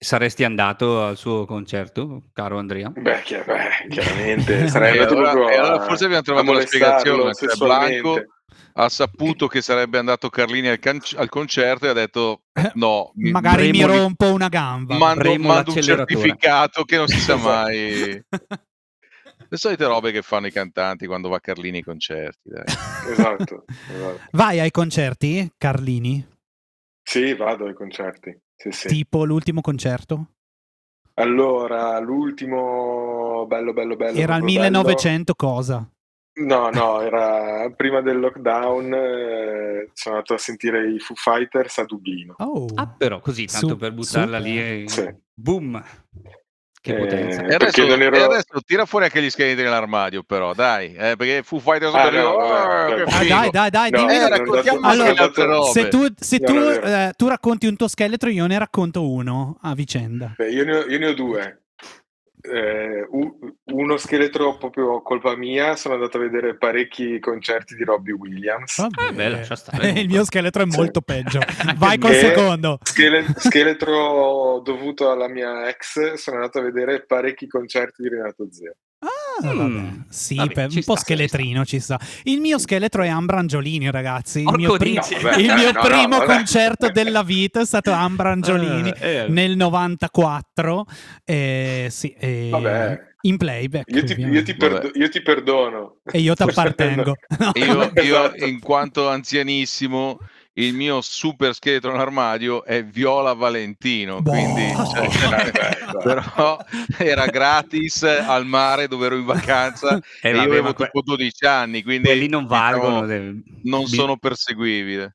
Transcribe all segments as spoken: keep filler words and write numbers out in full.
Saresti andato al suo concerto, caro Andrea? Beh, chia- beh, chiaramente sarei E andato allora, proprio e allora a, forse abbiamo a trovato la spiegazione, molestarlo cioè Blanco sessualmente. ha saputo che sarebbe andato Carlini al, can- al concerto e ha detto no, mi, Magari mi Premo, rompo una gamba. mando, premo mando un l'acceleratore. certificato che non si sa Esatto. mai. Le solite robe che fanno i cantanti quando va Carlini ai concerti, dai. Esatto, esatto. Vai ai concerti, Carlini? Sì, vado ai concerti. Sì, sì. Tipo l'ultimo concerto? Allora, l'ultimo bello, bello, bello. Era il proprio millenovecento cosa? bello. No, no, era prima del lockdown. eh, sono andato a sentire i Foo Fighters a Dublino. Oh, Ah, però così, tanto su- per buttarla super. lì e Sì. boom. Che Eh, potenza. E perché adesso, non e ero. adesso tira fuori anche gli scheletri nell'armadio, però, dai, eh, perché Foo Fighters Ah, per dire, no, vabbè, "Oh, che certo. Ah, figo". dai, dai, dai, No, dimmi. Eh, non è raccontiamo andato- anche non è le altre andato- robe. Se tu, se Non tu, è vero. eh, tu racconti un tuo scheletro, io ne racconto uno a vicenda. Beh, io, ne ho, io ne ho due. Eh, u- uno scheletro proprio colpa mia. Sono andato a vedere parecchi concerti di Robbie Williams. Vabbè. Eh, beh, lascia stare, il comunque. mio scheletro è Sì. molto peggio. Anche Vai il col mio. E secondo. schele- scheletro dovuto alla mia ex. Sono andato a vedere parecchi concerti di Renato Zero. Ah, Mm, vabbè. Sì, vabbè, per- ci un po' sta, ci scheletrino ci sta. Il mio scheletro è Ambra Angiolini, ragazzi. Il Porco mio, pri- dici. No, vabbè, il eh, mio no, no, primo vabbè. concerto della vita è stato Ambra Angiolini Eh, eh. nel novantaquattro. Eh, sì, eh, Vabbè. in playback. Io ti, io, ti ovviamente. Vabbè. perdo- io ti perdono. E io ti appartengo. No. Io, io, Esatto. in quanto anzianissimo, il mio super scheletro nell'armadio è Viola Valentino, Boh. quindi cioè, Eh, beh, però era gratis al mare dove ero in vacanza Eh, e vabbè, io avevo ma que- tipo dodici anni, quindi quelli non diciamo, valgono. del- non bi- sono perseguibile.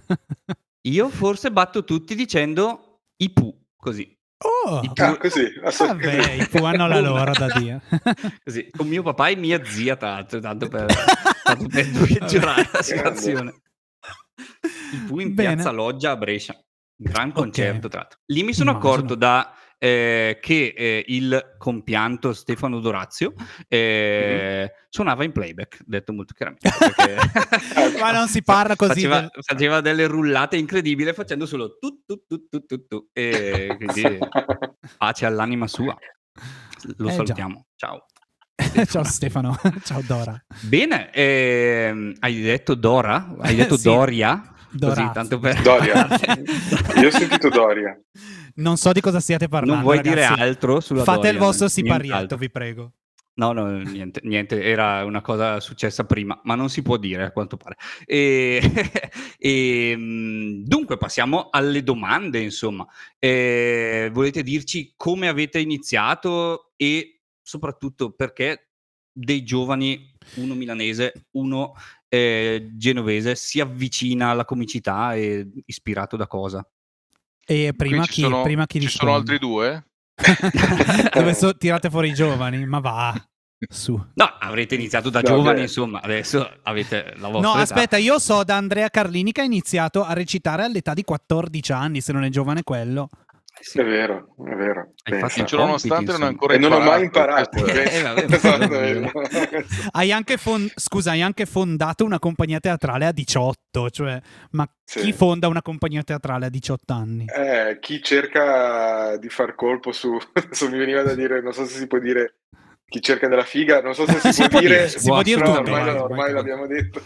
Io forse batto tutti dicendo i Pooh, così. Oh. I Pooh- Ah, così, assolutamente. Vabbè, i Pooh hanno la Boom. loro da Dio. Così, con mio papà e mia zia, tra l'altro, tanto per, tanto per peggiorare la situazione. Il Pooh in Bene. Piazza Loggia a Brescia. Gran Ok. concerto, tra l'altro. Lì mi sono Immagino. accorto da, eh, che eh, il compianto Stefano Dorazio eh, suonava in playback, detto molto chiaramente. Perché Ma non si parla così Faceva, del- faceva delle rullate incredibili facendo solo tu tu tu tu tu tu. E quindi pace all'anima sua. Lo Eh, già. salutiamo. Ciao. Ciao Stefano. Ciao Dora. Bene, ehm, hai detto Dora? Hai detto Sì. Doria? Dorazio. Così, tanto per... Doria. Io ho sentito Doria. Non so di cosa stiate parlando. Non vuoi ragazzi. dire altro sulla Fate Doria? il vostro Nient'altro. siparietto, vi prego. No, no, niente, niente, era una cosa successa prima, ma non si può dire a quanto pare. E, e, mh, dunque passiamo alle domande, insomma. Eh, volete dirci come avete iniziato e soprattutto perché dei giovani, uno milanese, uno eh, genovese, si avvicina alla comicità e ispirato da cosa? E prima Qui ci chi, sono, prima chi ci sono risponde? altri due? Dove so- tirate fuori i giovani? Ma va, su. No, avrete iniziato da No, giovani, beh. insomma, adesso avete la vostra No, età. aspetta, io so da Andrea Carlini che ha iniziato a recitare all'età di quattordici anni, se non è giovane quello. Eh sì. È vero, è vero. Hai fatto Pensa. i Ciò nonostante compiti, non ho insomma. ancora E non ho mai imparato. imparato. questo è- Eh, vabbè, Esatto. vabbè. Hai anche fon- scusa, hai anche fondato una compagnia teatrale a diciotto, cioè, ma Sì. chi fonda una compagnia teatrale a diciotto anni? Eh, chi cerca di far colpo su... Adesso mi veniva da dire, non so se si può dire chi cerca della figa, non so se si, Si può, può dire, dire, si può dire però tutto, ormai, vai, no, vai, ormai vai. l'abbiamo detto.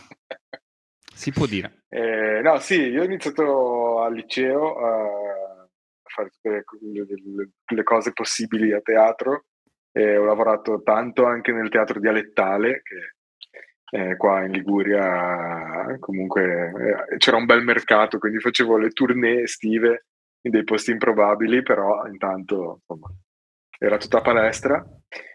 Si può dire. Eh, no, sì, io ho iniziato al liceo a fare tutte le, le- le cose possibili a teatro e ho lavorato tanto anche nel teatro dialettale, che eh, qua in Liguria comunque eh, c'era un bel mercato, quindi facevo le tournée estive in dei posti improbabili, però intanto insomma era tutta palestra.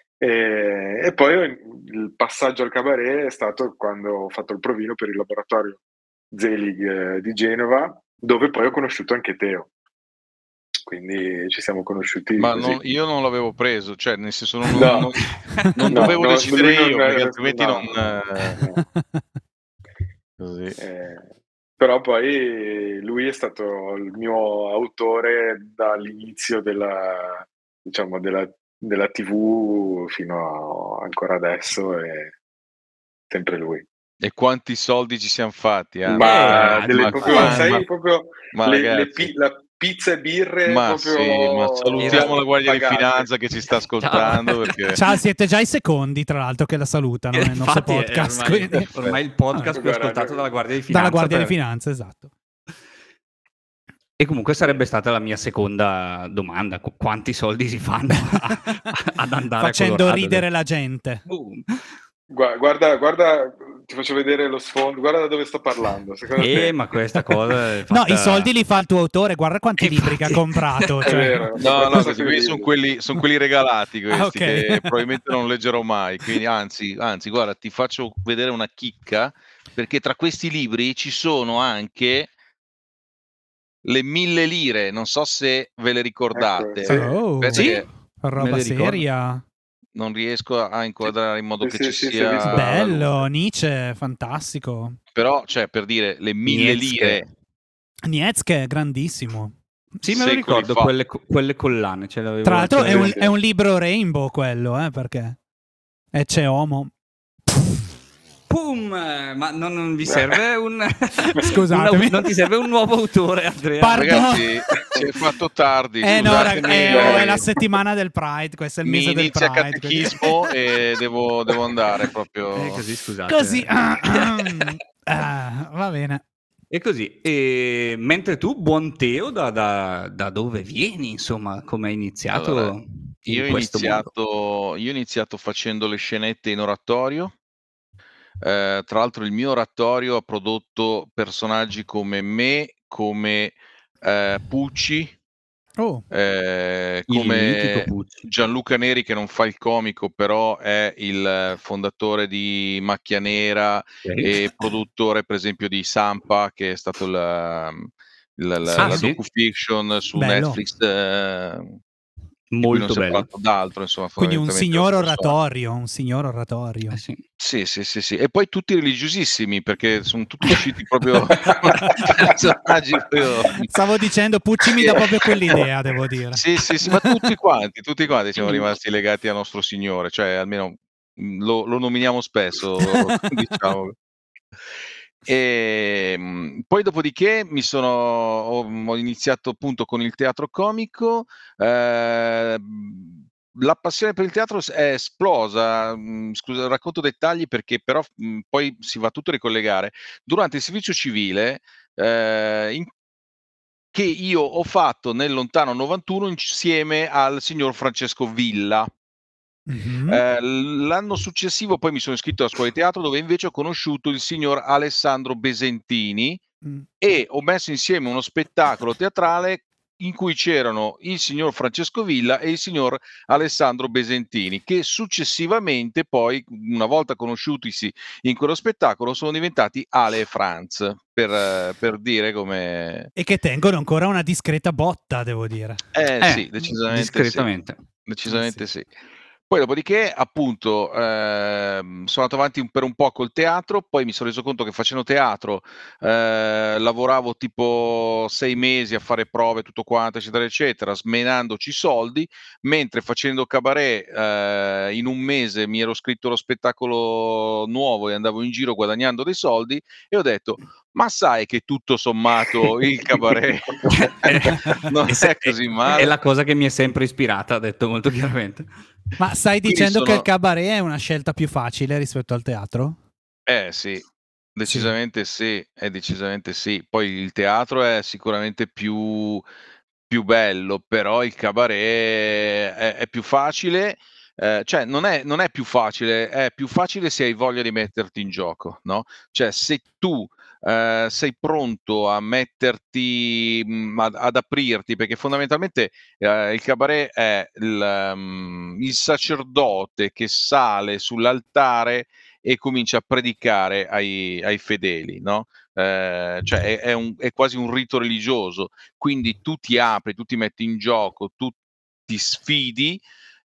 E, e poi il passaggio al cabaret è stato quando ho fatto il provino per il laboratorio Zelig eh, di Genova, dove poi ho conosciuto anche Teo. Quindi ci siamo conosciuti Ma così. non- io non l'avevo preso, cioè nel senso non, No. non- non No, dovevo no, decidere lui non- io, perché altrimenti no, non... eh, no. così. Eh, però poi lui è stato il mio autore dall'inizio della, diciamo, della, della tivù fino a ancora adesso, è sempre lui. E quanti soldi ci siamo fatti? eh? Ma Eh, delle ma proprio, quando? sai, ma- proprio ma le, le ragazzi. pi- la, pizza e birre Ma proprio sì, ma salutiamo la Guardia di pagate. Finanza che ci sta ascoltando. Ciao. Perché... Ciao, siete già i secondi, tra l'altro, che la salutano nel nostro Infatti è podcast. ormai, quindi- ormai il podcast più Guarda, ascoltato noi- dalla Guardia di Finanza. Dalla Guardia per- di Finanza, esatto. E comunque sarebbe stata la mia seconda domanda: qu- quanti soldi si fanno a- ad andare Facendo a Colorado? ridere la gente. Boom. Gua- Guarda, guarda, ti faccio vedere lo sfondo, guarda da dove sto parlando. Secondo Eh, te? ma questa cosa è No, fatta- i soldi li fa il tuo autore, guarda quanti Infatti. libri che ha comprato. È Cioè. vero. No, no, Quanto questi sapevi? qui sono quelli, son quelli regalati questi, Ah, ok. che probabilmente non leggerò mai. Quindi, anzi, anzi, guarda, ti faccio vedere una chicca, perché tra questi libri ci sono anche le mille lire, non so se ve le ricordate. Ecco, sì. Oh, Aspetta Sì? che Me roba le ricordo. seria. non riesco a inquadrare in modo Sì, che sì, ci sì, sì, sia ho visto. la Bello, luce. Nietzsche, fantastico. Però, cioè, per dire, le mille Nietzsche. lire, Nietzsche, grandissimo. Sì, me lo secoli ricordo, fa. quelle, co- quelle collane. Ce l'avevo, Tra l'altro ce è un, l'avevo- è un libro rainbow quello, eh, perché e c'è Homo. Pum! Ma non, non vi serve un... Scusatemi. un- non ti serve un nuovo autore, Andrea? Pardon. Ragazzi, si è fatto tardi. Eh no, scusatemi, rag- eh, oh, è eh, la settimana del Pride, questo è il mi mese del inizia Pride. catechismo e devo, devo andare proprio. Eh, così, scusate. Così, ah, ah, va bene. E così. E mentre tu, buon Teo, da, da- da dove vieni? Insomma, come hai iniziato Allora, in Io ho, questo mondo? iniziato, io ho iniziato facendo le scenette in oratorio. Eh, tra l'altro il mio oratorio ha prodotto personaggi come me, come eh, Pucci, Oh, eh, Il mitico come Pucci. Gianluca Neri, che non fa il comico, però è il eh, fondatore di Macchia Nera Ok. e produttore, per esempio, di Sampa, che è stato la, la, la, Ah, la sì? docufiction su Bello. Netflix, eh, di cui non Molto si è bello. parlato d'altro, insomma, quindi un fondamentalmente signor lo stesso anno. oratorio, un signor oratorio. Eh sì. Sì, sì, sì, sì. E poi tutti religiosissimi, perché sono tutti usciti proprio personaggi proprio... Stavo dicendo, Pucci mi dà proprio quell'idea, devo dire. Sì, sì, sì, ma tutti quanti, tutti quanti siamo rimasti legati al nostro Signore, cioè almeno mh, lo, lo nominiamo spesso, diciamo. E mh, poi dopodiché mi sono, ho, ho iniziato appunto con il teatro comico. eh, la passione per il teatro s- è esplosa. mh, Scusa, racconto dettagli perché però mh, poi si va tutto a ricollegare. Durante il servizio civile, eh, in- che io ho fatto nel lontano novantuno insieme al signor Francesco Villa. Mhm. Eh, l'anno successivo poi mi sono iscritto alla scuola di teatro, dove invece ho conosciuto il signor Alessandro Besentini Mm. e ho messo insieme uno spettacolo teatrale in cui c'erano il signor Francesco Villa e il signor Alessandro Besentini, che successivamente poi, una volta conosciutisi in quello spettacolo, sono diventati Ale e Franz, per, eh, per dire come... E che tengono ancora una discreta botta, devo dire. Eh, Eh, sì, decisamente sì. discretamente. Decisamente Eh, sì. sì. Poi dopodiché, appunto, ehm, sono andato avanti un per un po' col teatro, poi mi sono reso conto che facendo teatro, eh, lavoravo tipo sei mesi a fare prove, tutto quanto, eccetera, eccetera, smenandoci i soldi, mentre facendo cabaret, eh, in un mese mi ero scritto lo spettacolo nuovo e andavo in giro guadagnando dei soldi e ho detto, ma sai che tutto sommato il cabaret non E se- è così è- male? È la cosa che mi è sempre ispirata, detto molto chiaramente. Ma stai Quindi dicendo che il sono- cabaret è una scelta più facile rispetto al teatro? Eh sì, decisamente sì, è decisamente sì. Poi il teatro è sicuramente più, più bello, però il cabaret è, è più facile, eh, cioè non è, non è più facile, è più facile se hai voglia di metterti in gioco, no? Cioè se tu eh, sei pronto a metterti, mh, ad, ad aprirti, perché fondamentalmente eh, il cabaret è il, um, il sacerdote che sale sull'altare e comincia a predicare ai, ai fedeli, no? Eh, cioè è, è, un, è quasi un rito religioso, quindi tu ti apri, tu ti metti in gioco, tu ti sfidi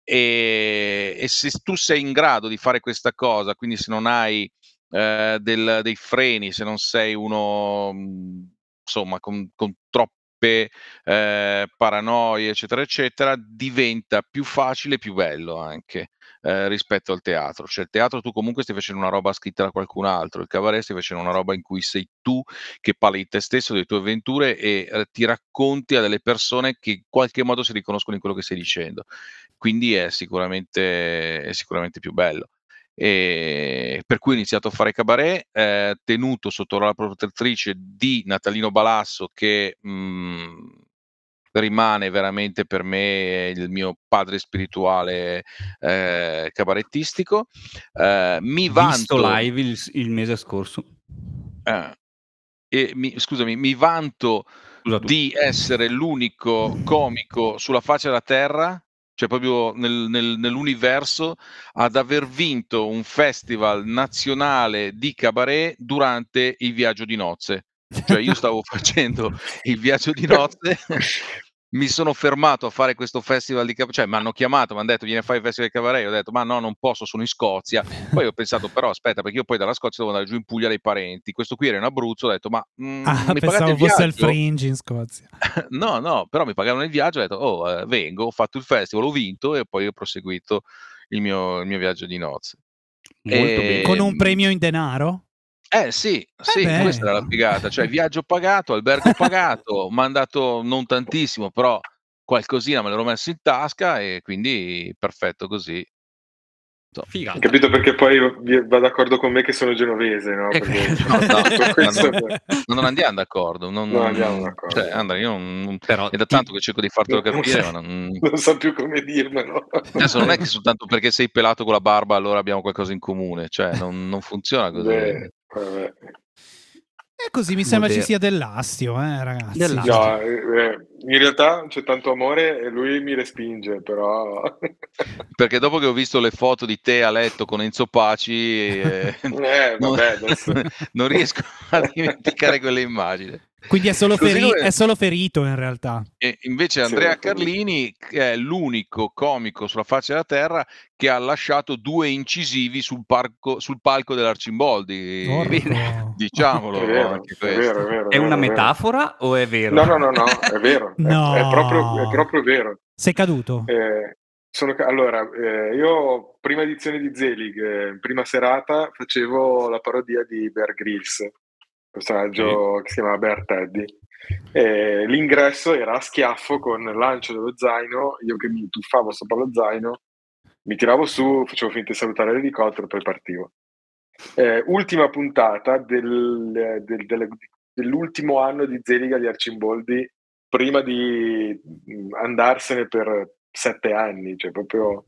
e, e se tu sei in grado di fare questa cosa, quindi se non hai eh, del, dei freni, se non sei uno mh, insomma con, con troppo truppe, eh, paranoie, eccetera, eccetera, diventa più facile e più bello anche. Eh, rispetto al teatro, cioè il teatro tu comunque stai facendo una roba scritta da qualcun altro, il cabaret stai facendo una roba in cui sei tu che parli di te stesso, delle tue avventure e eh, ti racconti a delle persone che in qualche modo si riconoscono in quello che stai dicendo, quindi è sicuramente, è sicuramente più bello. E per cui ho iniziato a fare cabaret, eh, tenuto sotto la protettrice di Natalino Balasso che mh, rimane veramente per me il mio padre spirituale eh, cabarettistico. Eh, mi Visto vanto, live il, il mese scorso. eh, e mi, scusami, mi vanto Scusa tu. di essere l'unico comico sulla faccia della terra, cioè proprio nel, nel, nell'universo, ad aver vinto un festival nazionale di cabaret durante il viaggio di nozze. Cioè io stavo facendo il viaggio di nozze, mi sono fermato a fare questo festival di cabaret, cioè m'hanno chiamato, m'han detto: "Vieni a fare il festival di cabaret", ho detto: "Ma no, non posso, sono in Scozia". Poi ho pensato: "Però aspetta, perché io poi dalla Scozia devo andare giù in Puglia dai parenti". Questo qui era in Abruzzo, ho detto: "Ma, mhmm, Ah, mi pagate pensavo il fosse il viaggio?" Fringe in Scozia. No, no, però mi pagavano il viaggio, ho detto: "Oh, ehm, vengo", ho fatto il festival, ho vinto e poi ho proseguito il mio il mio viaggio di nozze. Molto bene. Con un Ehm premio in denaro? eh sì, Eh sì, questa beh. era la figata, cioè viaggio pagato, albergo pagato, m'han dato non tantissimo, però qualcosina me l'ero messo in tasca e quindi perfetto così. So, Hai Figata. capito perché poi vi- va d'accordo con me che sono genovese, no? Eh, Perché no, no, tutto ma questo non ma non andiam d'accordo, non non andiamo non d'accordo. cioè Andrea, io non non Però è da ti, tanto che cerco di fartelo Non capire, ma so, non non so più come dirmelo. adesso non è che eh, soltanto perché sei pelato con la barba allora abbiamo qualcosa in comune, cioè non non funziona così. Beh, vabbè. E così mi sembra ci Modero. sia dell'astio, eh, ragazzi. Dell'astio. No, eh, in realtà c'è tanto amore e lui mi respinge, però... Perché dopo che ho visto le foto di te a letto con Enzo Paci, ehm, Eh, non vabbè, adesso... non riesco a dimenticare quelle immagini. Quindi è solo, Così feri- come è solo ferito in realtà. e invece Sì, Andrea quindi- Carlini, che è l'unico comico sulla faccia della terra che ha lasciato due incisivi sul parco sul palco dell'Arcimboldi, Porco. È diciamolo vero, anche è vero, questo. è vero, È è una vero, è vero. metafora o è vero? No, no, no, no, è vero, è, è proprio, è No. proprio vero. Sei caduto? Eh, sono ca- allora, eh, io prima edizione di Zelig, eh, prima serata, facevo la parodia di Bear Grylls, personaggio che si chiama Bear Teddy. E l'ingresso era a schiaffo con il lancio dello zaino, io che mi tuffavo sopra lo zaino, mi tiravo su, facevo finta di salutare l'elicottero e poi partivo. Eh, ultima puntata del- del- delle- dell'ultimo anno di Zeliga di Arcimboldi prima di mh, andarsene per sette anni, cioè proprio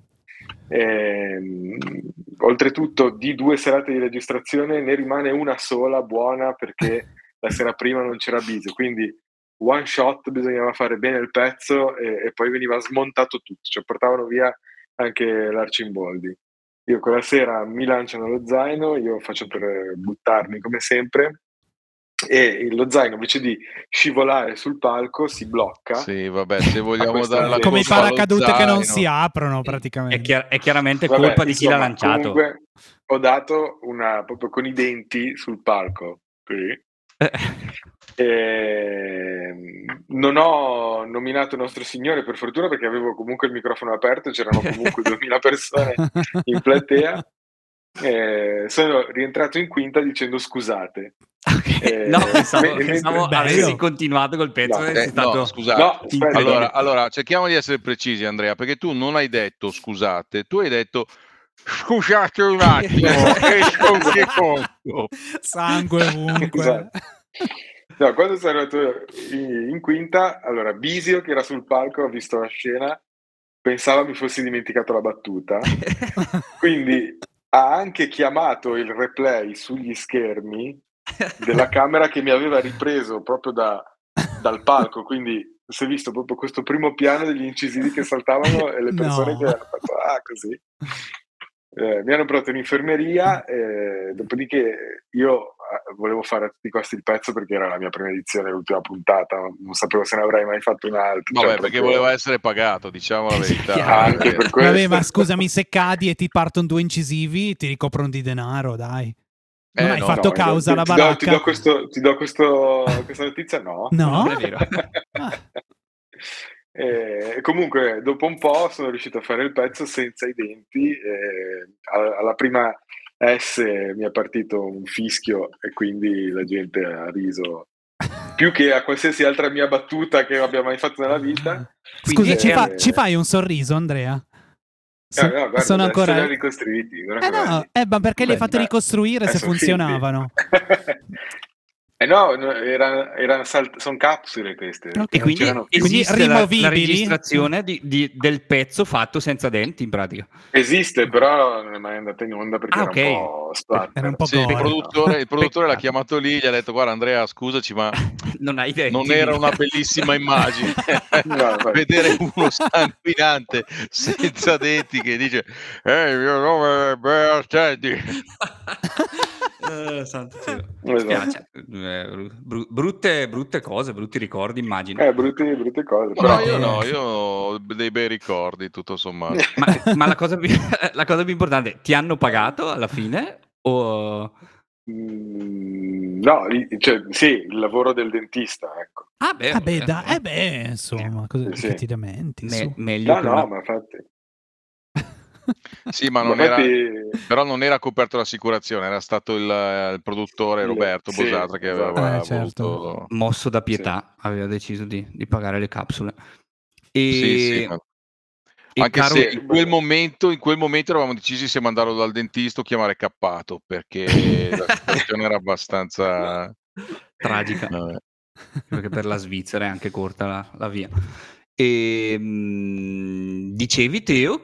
ehm, oltretutto di due serate di registrazione ne rimane una sola buona perché la sera prima non c'era bisogno, quindi one shot bisognava fare bene il pezzo e, e poi veniva smontato tutto, cioè portavano via anche l'Arcimboldi. Io quella sera mi lanciano lo zaino, io faccio per buttarmi come sempre e lo zaino invece di scivolare sul palco si blocca Sì, vabbè, se a vogliamo questa dare la Come i altezza. colpa allo paracadute che non si zaino aprono È, praticamente. chiar- è chiaramente Vabbè, colpa di chi l'ha insomma, lanciato. comunque ho dato una proprio con i denti sul palco. Sì. Eh, E non ho nominato Nostro Signore per fortuna perché avevo comunque il microfono aperto, c'erano comunque duemila persone in platea. E sono rientrato in quinta dicendo scusate. ok, Eh, no, pensavo, me- e pensavo mentre- Bello. avessi continuato col pezzo No. e eh, sei no, stato scusate. No, aspetta, incredibile. Allora allora cerchiamo di essere precisi Andrea, perché tu non hai detto scusate, tu hai detto: "Scusate un attimo, esco un secondo". Sangue ovunque. Esatto. No, quando sono arrivato in, in quinta, allora Bisio che era sul palco, ha visto la scena, pensava mi fossi dimenticato la battuta, quindi ha anche chiamato il replay sugli schermi della camera che mi aveva ripreso proprio da, dal palco, quindi si è visto proprio questo primo piano degli incisivi che saltavano e le persone No. che hanno fatto ah così. Eh, mi hanno portato in infermeria, eh, dopodiché io eh, volevo fare a tutti i costi il pezzo perché era la mia prima edizione, l'ultima puntata, non sapevo se ne avrei mai fatto un'altra. Vabbè, Cioè, perché proprio... voleva essere pagato, diciamo la verità. Chiaro. Anche eh. per questo. Vabbè, ma scusami, se cadi e ti partono due incisivi, ti ricoprono di denaro, dai. Non Eh hai no, fatto No, causa ti, alla ti do, ti baracca? do questo, ti do questo, questa notizia, no. No? Non è vero. Ah. E comunque, dopo un po' sono riuscito a fare il pezzo senza i denti. E alla, alla prima S mi è partito un fischio e quindi la gente ha riso più che a qualsiasi altra mia battuta che abbia mai fatto nella vita. Quindi Scusa, ci, è- fa- ci fai un sorriso, Andrea? Eh, So- no, guarda, sono adesso ancora... li ha ricostruiti. Guarda Eh che no, belli. eh, ma perché li hai Beh, fatti Eh, ricostruire eh, se sono finti. funzionavano? Eh no, no, erano, erano salt- sono capsule queste. Ok. E quindi C'erano più. Quindi esiste la, la rimovibili? registrazione di- di- del pezzo fatto senza denti, in pratica. Esiste, però non è mai andata in onda perché Ah, era ok. un po' splatter. Era un po' Sì, il gore. produttore, il produttore l'ha Peccato. chiamato lì, gli ha detto: guarda Andrea, scusaci, ma Non hai denti. non era mica. una bellissima immagine No, vai. vedere uno sanguinante senza denti che dice ehi, il mio nome è Bea Teddy. Eh, santo cielo. Mi Esatto. spiace. Eh, bru- brutte, brutte cose, brutti ricordi, immagino. Eh, brutte, brutte cose. No, Però... io no, io ho dei bei ricordi, tutto sommato. Ma, ma la, cosa più, la cosa più importante, ti hanno pagato alla fine? O... Mm, no, i- cioè, sì, il lavoro del dentista, ecco. Ah, beh, Ah beh, vabbè, da- allora. eh beh, insomma, cosa, Sì, sì. che ti lamenti, Me- su. meglio No, che no, una... ma infatti... Sì, ma ma non era, infatti però non era coperto l'assicurazione, era stato il, il produttore il- Roberto sì, Bosatra che esatto. aveva Eh, certo. voluto. mosso da Sì. pietà, aveva deciso di, di pagare le capsule. Sì, sì, E, ma- e anche caro... se Sì, in quel beh, momento, in quel momento eravamo decisi se mandarlo dal dentista o chiamare Cappato, perché la situazione era abbastanza tragica, vabbè. perché per la Svizzera è anche corta la, la via. E mh, dicevi Teo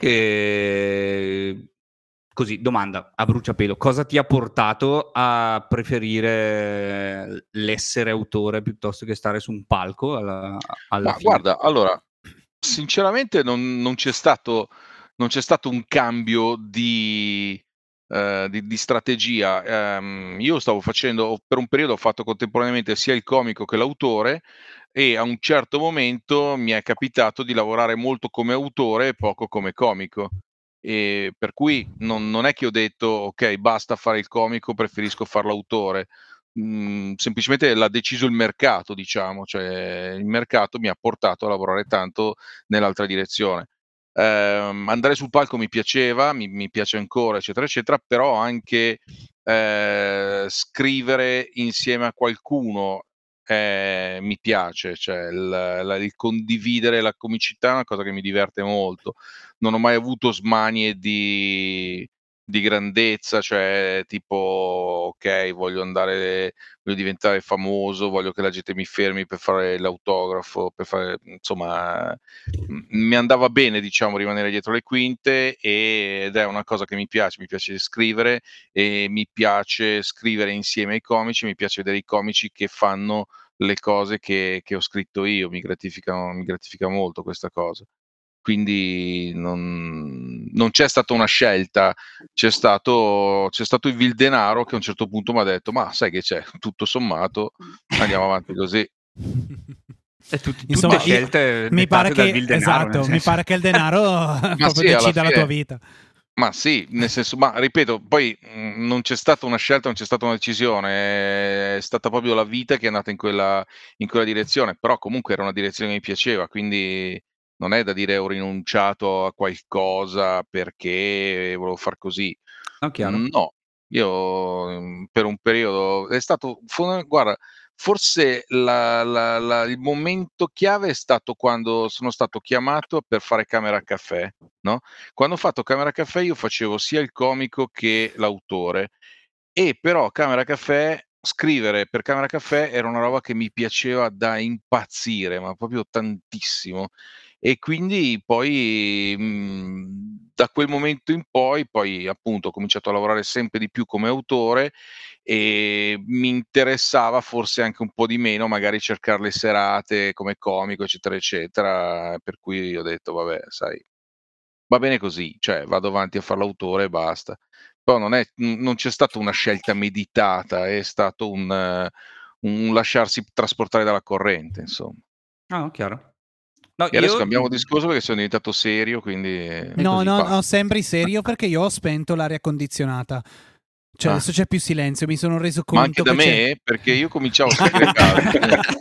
che così, domanda a bruciapelo, cosa ti ha portato a preferire l'essere autore piuttosto che stare su un palco alla, alla Ma fine? guarda, allora, sinceramente non non c'è stato non c'è stato un cambio di ehm, di di strategia. Ehm, io stavo facendo per un periodo ho fatto contemporaneamente sia il comico che l'autore e a un certo momento mi è capitato di lavorare molto come autore e poco come comico. Ehm, per cui non non è che ho detto: "Okay, basta fare il comico, preferisco far l'autore." Mhmm, semplicemente l'ha deciso il mercato, diciamo, cioè il mercato mi ha portato a lavorare tanto nell'altra direzione. Ehm, andare sul palco mi piaceva, mi mi piace ancora, eccetera, eccetera, però anche, ehm, scrivere insieme a qualcuno, ehm, mi piace, cioè il la il condividere la comicità è una cosa che mi diverte molto. Non ho mai avuto smanie di di grandezza, cioè tipo: okay, voglio andare voglio diventare famoso, voglio che la gente mi fermi per fare l'autografo, per fare insomma, mhmm, mi andava bene diciamo rimanere dietro le quinte, ed è una cosa che mi piace, mi piace scrivere e mi piace scrivere insieme ai comici, mi piace vedere i comici che fanno le cose che che ho scritto io, mi gratificano mi gratifica molto questa cosa. Quindi non non c'è stata una scelta, c'è stato c'è stato il vil denaro che a un certo punto m'ha detto: "Ma sai che c'è, tutto sommato andiamo avanti così." E tutti- tutte Insomma, io- scelte mi pare dettate dal che vil denaro, esatto, nel mi senso. pare che il denaro proprio sì, alla decida la tua fine vita. ma sì, nel senso ma ripeto, poi, mhmm, non c'è stata una scelta, non c'è stata una decisione, è stata proprio la vita che è andata in quella in quella direzione, però comunque era una direzione che mi piaceva, quindi non è da dire ho rinunciato a qualcosa perché volevo far così. No, chiaro. Mhmm, no, io, mhmm, per un periodo è stato fona guarda, forse la la la il momento chiave è stato quando sono stato chiamato per fare Camera Caffè, no, quando ho fatto Camera Caffè io facevo sia il comico che l'autore e però Camera Caffè scrivere per Camera Caffè era una roba che mi piaceva da impazzire, ma proprio tantissimo. E quindi poi, mhmm, da quel momento in poi, poi appunto ho cominciato a lavorare sempre di più come autore e mi interessava forse anche un po' di meno magari cercar le serate come comico, eccetera, eccetera, per cui ho detto: "Vabbè sai, va bene così, cioè vado avanti a far l'autore e basta." Però non è n non c'è stata una scelta meditata, è stato un eh, un lasciarsi trasportare dalla corrente, insomma. Ah, no, chiaro. No, E adesso io... cambiamo mh, discorso perché sono diventato serio, quindi è No, così. no, basta. no, sembri serio perché io ho spento l'aria condizionata. Cioè Ah. adesso c'è più silenzio, mi sono reso Ma anche conto da che c'è... me? Perché io cominciavo a segretare.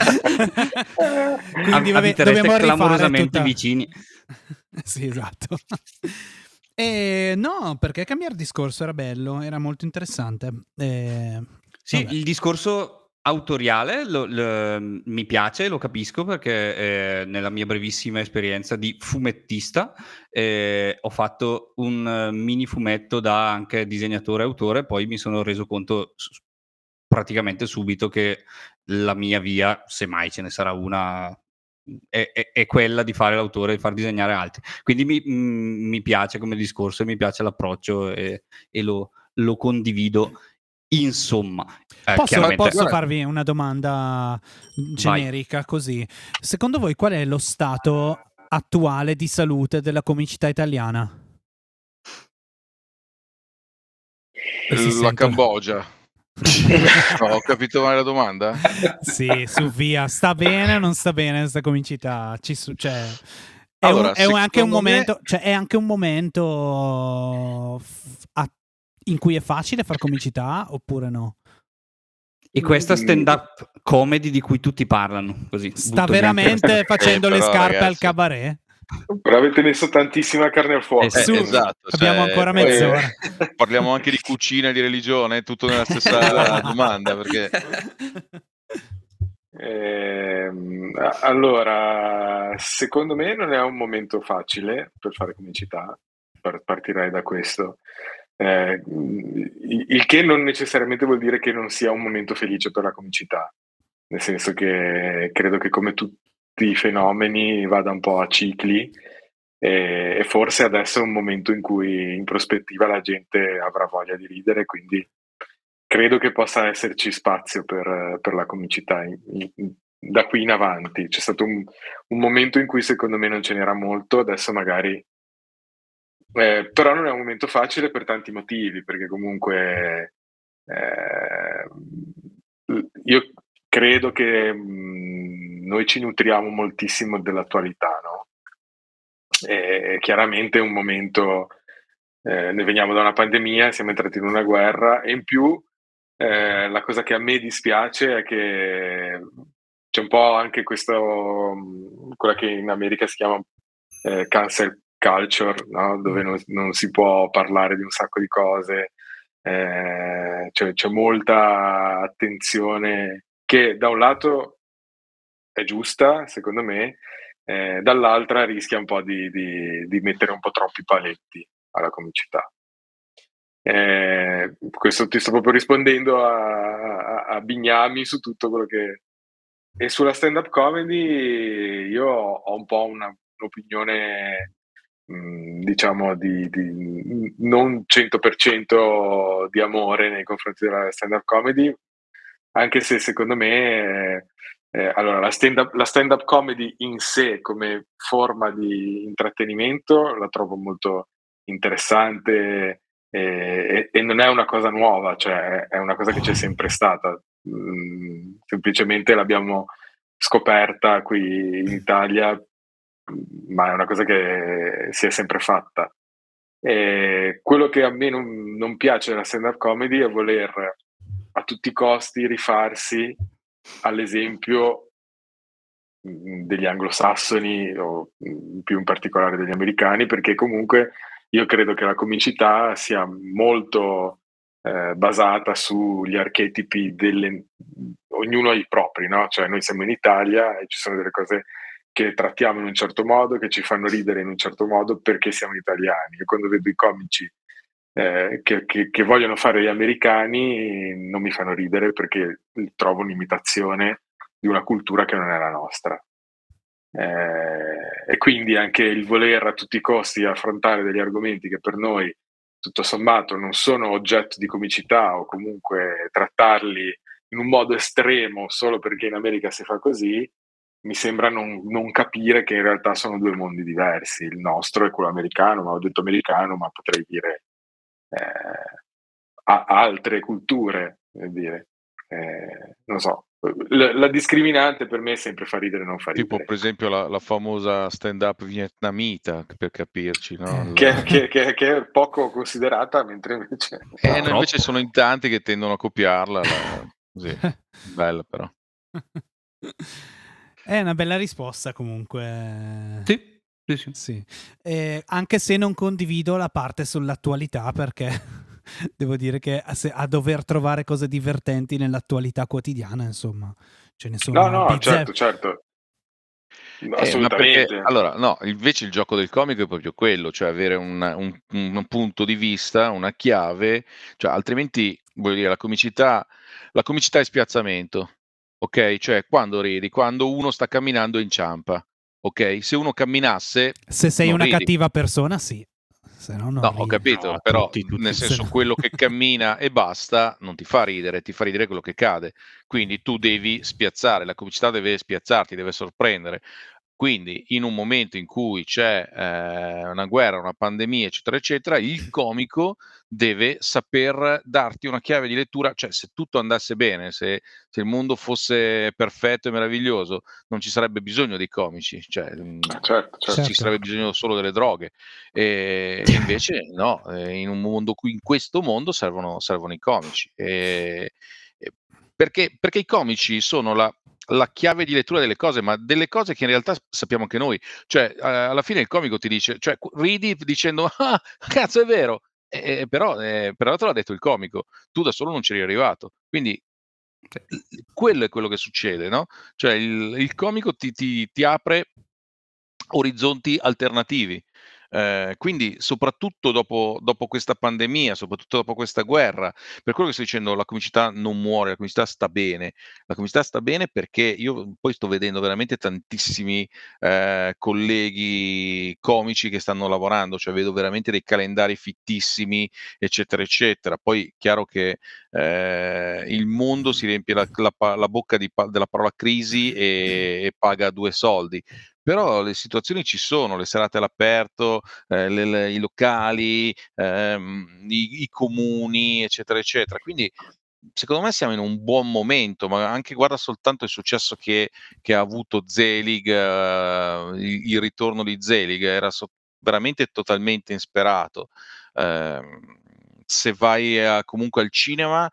Quindi vabbè, Abitereste dobbiamo rifare clamorosamente tutta... vicini. Sì, esatto. E no, perché cambiare discorso era bello, era molto interessante. E... Sì, vabbè. il discorso autoriale lo- lo- mi piace, lo capisco perché eh, nella mia brevissima esperienza di fumettista eh, ho fatto un eh, mini fumetto da anche disegnatore e autore, poi mi sono reso conto s- praticamente subito che la mia via, se mai ce ne sarà una, è, è- è quella di fare l'autore e di far disegnare altri. Quindi mi, mm, mi piace come discorso e mi piace l'approccio e, e lo, lo condivido. Insomma, eh, Posso, chiaramente posso Guarda- farvi una domanda generica così? Secondo voi qual è lo stato attuale di salute della comicità italiana? E si La sente- Cambogia. No, ho capito male la domanda? Sì, su via, sta bene o non sta bene questa comicità? Ci su- cioè, è, Allora, un- è un- anche un secondo me- momento, cioè, è anche un momento f- a- in cui è facile far comicità oppure no? e questa Mm. stand-up comedy di cui tutti parlano, così Sta butto lì anche veramente questa- facendo Eh, le però, scarpe al ragazzi. cabaret? Però avete messo tantissima carne al fuoco. Eh, sì. Eh, Su, esatto, abbiamo cioè, ancora poi mezz'ora. parliamo anche di cucina e di religione, tutto nella stessa domanda, perché Ehm, a- allora, secondo me non è un momento facile per fare comicità, par- partirei da questo. Eh, il il che non necessariamente vuol dire che non sia un momento felice per la comicità, nel senso che credo che come tutti i fenomeni vada un po' a cicli e, e forse adesso è un momento in cui in prospettiva la gente avrà voglia di ridere, quindi credo che possa esserci spazio per, per la comicità in- in- da qui in avanti. C'è stato un, un momento in cui secondo me non ce n'era molto, adesso magari... eh, però non è un momento facile per tanti motivi, perché comunque eh, io credo che mh, noi ci nutriamo moltissimo dell'attualità, no? E chiaramente è un momento, eh, noi veniamo da una pandemia, siamo entrati in una guerra e in più eh, la cosa che a me dispiace è che c'è un po' anche questo, mh, quella che in America si chiama eh, cancel culture, no? Dove non, non si può parlare di un sacco di cose, eh, cioè, c'è molta attenzione che da un lato è giusta, secondo me, eh, dall'altra rischia un po' di, di, di mettere un po' troppi paletti alla comicità. Eh, questo ti sto proprio rispondendo a, a, a Bignami su tutto quello che... E sulla stand-up comedy io ho un po' una, un'opinione, mh, diciamo, di, di non cento per cento di amore nei confronti della stand-up comedy, anche se secondo me... Eh, allora, la stand-up, la stand-up comedy in sé come forma di intrattenimento la trovo molto interessante e, e non è una cosa nuova, cioè è una cosa che c'è sempre stata. Mm, semplicemente l'abbiamo scoperta qui in Italia, ma è una cosa che si è sempre fatta. E quello che a me non, non piace della stand-up comedy è voler a tutti i costi rifarsi all'esempio mh, degli anglosassoni o mh, più in particolare degli americani, perché comunque io credo che la comicità sia molto eh, basata sugli archetipi delle... ognuno ha i propri, no? Cioè noi siamo in Italia e ci sono delle cose che trattiamo in un certo modo, che ci fanno ridere in un certo modo perché siamo italiani. Io quando vedo i comici eh, che, che, che vogliono fare gli americani non mi fanno ridere perché trovo un'imitazione di una cultura che non è la nostra. Eh, e quindi anche il voler a tutti i costi affrontare degli argomenti che per noi tutto sommato non sono oggetto di comicità o comunque trattarli in un modo estremo solo perché in America si fa così, mi sembra non, non capire che in realtà sono due mondi diversi. Il nostro è quello americano, ma ho detto americano, ma potrei dire eh, a altre culture, per dire. Eh, non so, La, la discriminante per me è sempre fa ridere, non fa Tipo, ridere. per esempio, la, la famosa stand-up vietnamita, per capirci, no? Che, Il- che- che- che è poco considerata, mentre invece... E no, invece Troppo. sono in tanti che tendono a copiarla, la- così, bella però. È una bella risposta comunque. Sì, sì, sì. Sì. Eh, anche se non condivido la parte sull'attualità, perché devo dire che a, se- a dover trovare cose divertenti nell'attualità quotidiana, insomma, ce ne No, sono a no, certo, bizzeffe. certo. Eh, ma perché Assolutamente. allora no, invece il gioco del comico è proprio quello, cioè avere un un un punto di vista, una chiave, cioè altrimenti, voglio dire, la comicità la comicità è spiazzamento, okay, cioè quando ridi? Quando uno sta camminando e inciampa, okay, se uno camminasse Se sei non una ridi. cattiva persona, sì. Se no, non No, ho ridi. capito, No, però, tutti, nel tutti. Se senso no- quello che cammina e basta non ti fa ridere, ti fa ridere quello che cade. Quindi tu devi spiazzare, la comicità deve spiazzarti, deve sorprendere. Quindi in un momento in cui c'è, ehm, una guerra, una pandemia, eccetera, eccetera, il comico deve saper darti una chiave di lettura, cioè se tutto andasse bene, se se il mondo fosse perfetto e meraviglioso, non ci sarebbe bisogno dei comici, cioè, mhmm, Ah, certo, ci certo. ci Certo. sarebbe bisogno solo delle droghe. Ehm, e invece no, ehm, in un mondo qui in questo mondo servono servono i comici. Ehm, e perché perché i comici sono la la chiave di lettura delle cose, ma delle cose che in realtà s sappiamo anche noi. Cioè, ehm, alla fine il comico ti dice cioè qu ridi dicendo: "Ah, cazzo è vero!" Eh, eh, però ehm, però te l'ha detto il comico. Tu da solo non c'eri arrivato. Quindi Sì. l l quello è quello che succede, no, cioè il il comico ti ti ti apre orizzonti alternativi. Ehm, quindi soprattutto dopo dopo questa pandemia, soprattutto dopo questa guerra, per quello che sto dicendo la comicità non muore, la comicità sta bene. La comicità sta bene perché io poi sto vedendo veramente tantissimi, ehm, colleghi comici che stanno lavorando, cioè vedo veramente dei calendari fittissimi, eccetera, eccetera. Poi chiaro che, ehm, il mondo si riempie la la pa la bocca di pa della parola crisi e e paga due soldi. Però le situazioni ci sono, le serate all'aperto, ehm, le le i locali, ehm, i i comuni, eccetera, eccetera. Quindi, secondo me siamo in un buon momento, ma anche guarda soltanto il successo che che ha avuto Zelig, ehm, il il ritorno di Zelig, era so veramente totalmente insperato. Ehm, se vai a comunque al cinema,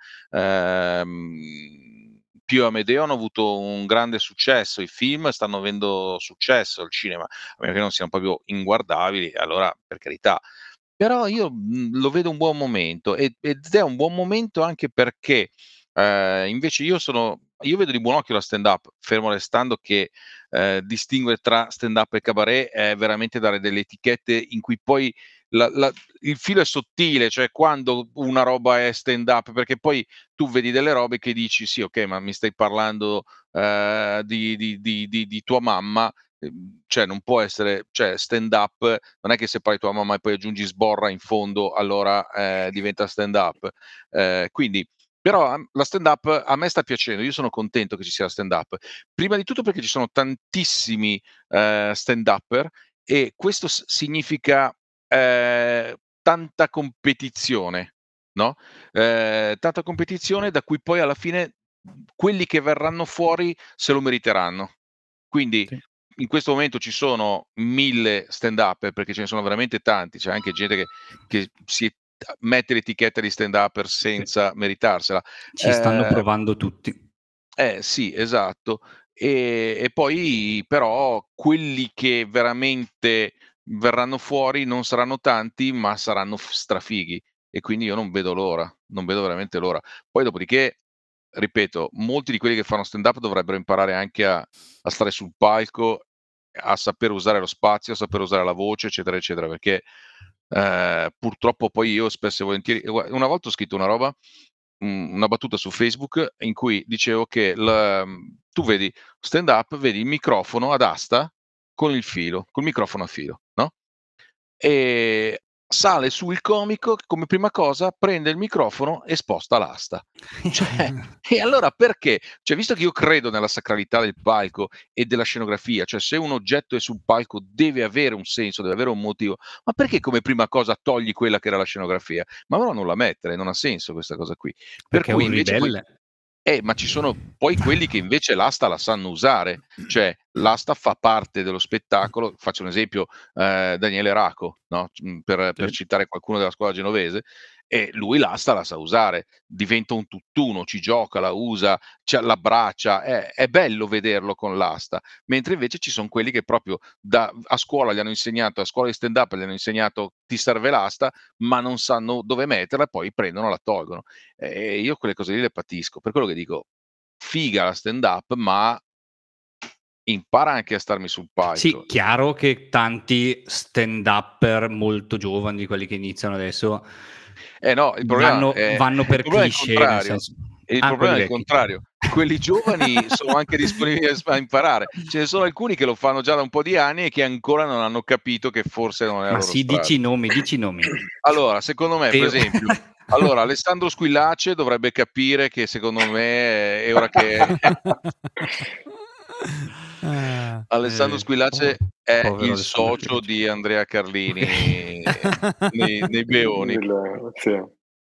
ehm, Pio e Amedeo hanno avuto un grande successo, i film stanno avendo successo al cinema, a meno che non siano proprio inguardabili, allora per carità. Però io, mhmm, lo vedo un buon momento ed ed è un buon momento anche perché, ehm, invece io sono io vedo di buon occhio la stand-up, fermo restando che, ehm, distinguere tra stand-up e cabaret è veramente dare delle etichette in cui poi la la il filo è sottile, cioè quando una roba è stand-up, perché poi tu vedi delle robe che dici: "Sì, okay, ma mi stai parlando, ehm, di di di di di tua mamma, ehm, cioè non può essere cioè stand-up non è che se parli di tua mamma e poi aggiungi sborra in fondo allora, ehm, diventa stand-up." Ehm, quindi però a m la stand-up a me sta piacendo, io sono contento che ci sia la stand-up. Prima di tutto perché ci sono tantissimi, ehm, stand-upper e questo s significa, ehm, tanta competizione, no, ehm, tanta competizione da cui poi alla fine, mhmm, quelli che verranno fuori se lo meriteranno. Quindi Sì. in questo momento ci sono mille stand-upper, perché ce ne sono veramente tanti, c'è anche gente che che si a mette l'etichetta di stand-upper Sì. senza meritarsela. Ci stanno Ehm provando tutti. eh sì, esatto. E e poi però quelli che veramente verranno fuori non saranno tanti, ma saranno f strafighi e quindi io non vedo l'ora, non vedo veramente l'ora. Poi dopodiché, ripeto, molti di quelli che fanno stand up dovrebbero imparare anche a a stare sul palco, a saper usare lo spazio, a saper usare la voce, eccetera, eccetera, perché, ehm, purtroppo poi io spesso e volentieri e gua una volta ho scritto una roba mhmm, una battuta su Facebook in cui dicevo che l mhmm, tu vedi stand up, vedi il microfono ad asta con il filo, col microfono a filo, no, ehm, sale su il comico che come prima cosa prende il microfono e sposta l'asta. Cioè, e allora perché? Cioè, visto che io credo nella sacralità del palco e della scenografia, cioè se un oggetto è sul palco deve avere un senso, deve avere un motivo, ma perché come prima cosa togli quella che era la scenografia? Ma allora non la mettere, non ha senso questa cosa qui. Per Perché è un cui invece poi ribelle. Eh, ma ci sono poi quelli che invece l'asta la sanno usare, cioè l'asta fa parte dello spettacolo. Faccio un esempio, ehm, Daniele Raco, no, mhmm, per per Sì. citare qualcuno della scuola genovese, e lui l'asta la sa usare, diventa un tutt'uno, ci gioca, la usa, c'ha l'abbraccia, è è bello vederlo con l'asta. Mentre invece ci son quelli che proprio da a scuola gli hanno insegnato, a scuola di stand up gli hanno insegnato: "Ti serve l'asta", ma non sanno dove metterla e poi prendono, la tolgono. E io quelle cose lì le patisco. Per quello che dico: figa la stand up, ma impara anche a starmi sul palco. Sì, chiaro che tanti stand-upper molto giovani, di quelli che iniziano adesso, Eh no, il problema vanno è vanno il per problema è il cliché, nel contrario. senso Il ah, problema quelli è il vecchi. contrario. Quelli giovani sono anche disponibili a s a imparare. Ce ne sono alcuni che lo fanno già da un po' di anni e che ancora non hanno capito che forse non è la Ma loro sì, dici strada. i nomi, dici i nomi. Allora, secondo me, per Teo esempio, allora Alessandro Squillace dovrebbe capire che secondo me è ora che Ah. Alessandro Eh, Squillace è povero il Alessandro socio Squillace. di Andrea Carlini nei nei Beoni. Il sì.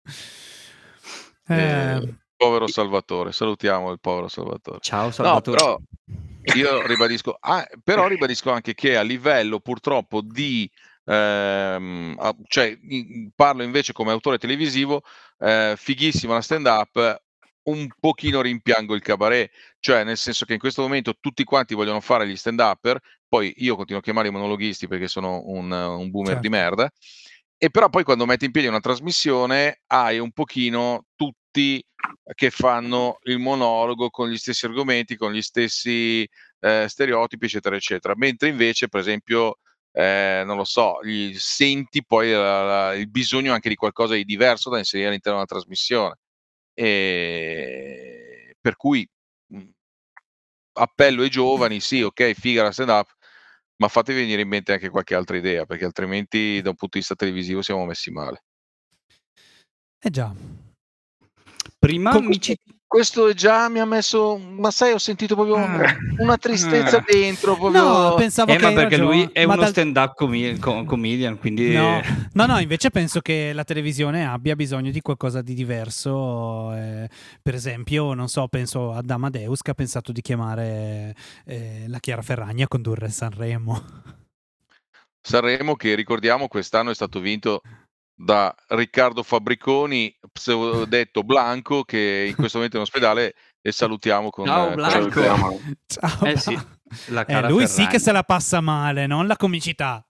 Ehm, Ehm. povero Salvatore, salutiamo il povero Salvatore. Ciao No, Salvatore. però io ribadisco ah, però ribadisco anche che a livello purtroppo di ehm, a cioè, i parlo invece come autore televisivo, ehm, fighissima la stand up, un pochino rimpiango il cabaret, cioè nel senso che in questo momento tutti quanti vogliono fare gli stand-upper, poi io continuo a chiamarli monologhisti perché sono un un boomer di Certo. merda, e però poi quando metti in piedi una trasmissione hai un pochino tutti che fanno il monologo con gli stessi argomenti, con gli stessi, ehm, stereotipi, eccetera, eccetera. Mentre invece, per esempio, ehm, non lo so, gli senti poi la la il bisogno anche di qualcosa di diverso da inserire all'interno della trasmissione. Ehm, per cui, mhmm, appello ai giovani: sì, okay, figa la stand up, ma fatevi venire in mente anche qualche altra idea, perché altrimenti da un punto di vista televisivo siamo messi male. Eh già. Prima Con mi questo ci questo già mi ha messo ma sai, ho sentito proprio ah, una tristezza ah. dentro, No, proprio pensavo Eh, che ma hai perché lui ragio è ma uno dal stand-up comi co comedian, quindi No, no, no, invece penso che la televisione abbia bisogno di qualcosa di diverso, ehm, per esempio, non so, penso ad Amadeus che ha pensato di chiamare, ehm, la Chiara Ferragni a condurre Sanremo. Sanremo che ricordiamo quest'anno è stato vinto da Riccardo Fabbriconi, pseudodetto Blanco, che in questo momento è in ospedale e salutiamo Ciao con con Blanco. affetto. Salutiamo. Ciao Eh Bla sì, la eh, cara lui sì che se Ferragni. la passa male, non la comicità.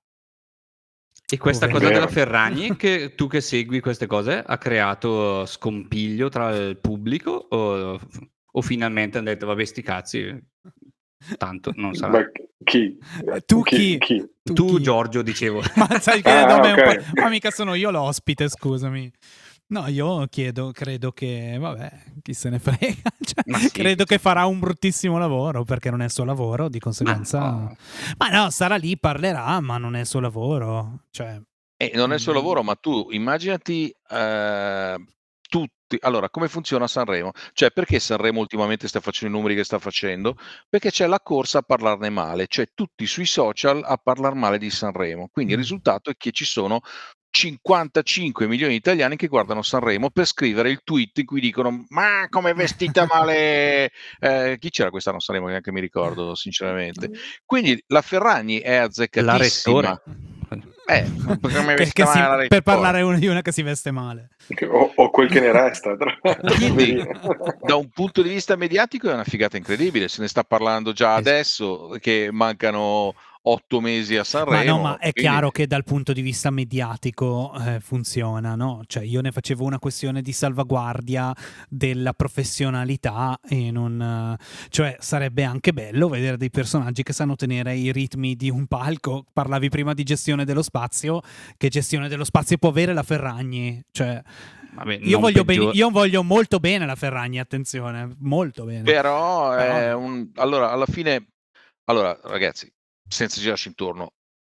E questa È cosa della Poverino. vero. Ferragni, che tu che segui queste cose, ha creato scompiglio tra il pubblico o f o finalmente han detto: "Vabbè sti cazzi, tanto non sarà". Ma chi? Eh, tu Chi chi? chi? Tu Tu chi? Giorgio dicevo. Ma sai che Ah, a ah, me un po' okay. ma mica sono io l'ospite, scusami. No, io chiedo credo che vabbè, chi se ne frega, Ma cioè, sì, credo che sì. farà un bruttissimo lavoro, perché non è il suo lavoro, di Ma conseguenza no. ma no, sarà lì, parlerà, ma non è il suo lavoro. Cioè, Eh, non è il suo lavoro, mhmm ma tu immaginati, ehm, tutti allora come funziona Sanremo? Cioè, perché Sanremo ultimamente sta facendo i numeri che sta facendo? Perché c'è la corsa a parlarne male, cioè tutti sui social a parlar male di Sanremo. Quindi il Mh. risultato è che ci sono cinquantacinque milioni di italiani che guardano Sanremo per scrivere il tweet in cui dicono: "Ma come è vestita male" ehm, chi c'era quest'anno a Sanremo? Neanche mi ricordo sinceramente. Quindi la Ferragni è La azzeccatissima. Rettore. Eh, come è che che vestita si male la per Rettore. parlare uno di una che si veste male. O o quel che ne resta, tra Quindi, poverina. da un punto di vista mediatico è una figata incredibile, se ne sta parlando già Eh sì. adesso che mancano otto mesi a Ma no, ma Sanremo, è quindi chiaro che dal punto di vista mediatico, ehm, funziona, no, cioè io ne facevo una questione di salvaguardia della professionalità e non cioè sarebbe anche bello vedere dei personaggi che sanno tenere i ritmi di un palco. Parlavi prima di gestione dello spazio, che gestione dello spazio può avere la Ferragni? Cioè, Vabbè, io non voglio beni peggior io voglio molto bene la Ferragni, attenzione, molto bene. però Però è un allora alla fine allora ragazzi, senza girarci intorno,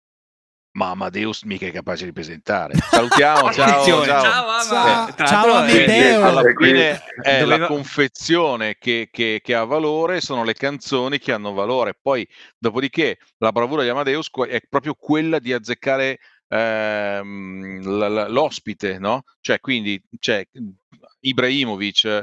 ma Amadeus mica è capace di presentare. Salutiamo, ciao, attenzione, ciao. ciao Eh, Ciao, Ama tra ciao l'altro Sì, è sì, Amedeo. alla e qui fine è la doveva confezione che che che ha valore, sono le canzoni che hanno valore. Poi dopodiché la bravura di Amadeus que è proprio quella di azzeccare, ehm, l l l'ospite, no, cioè quindi c'è, mhmm, Ibrahimovic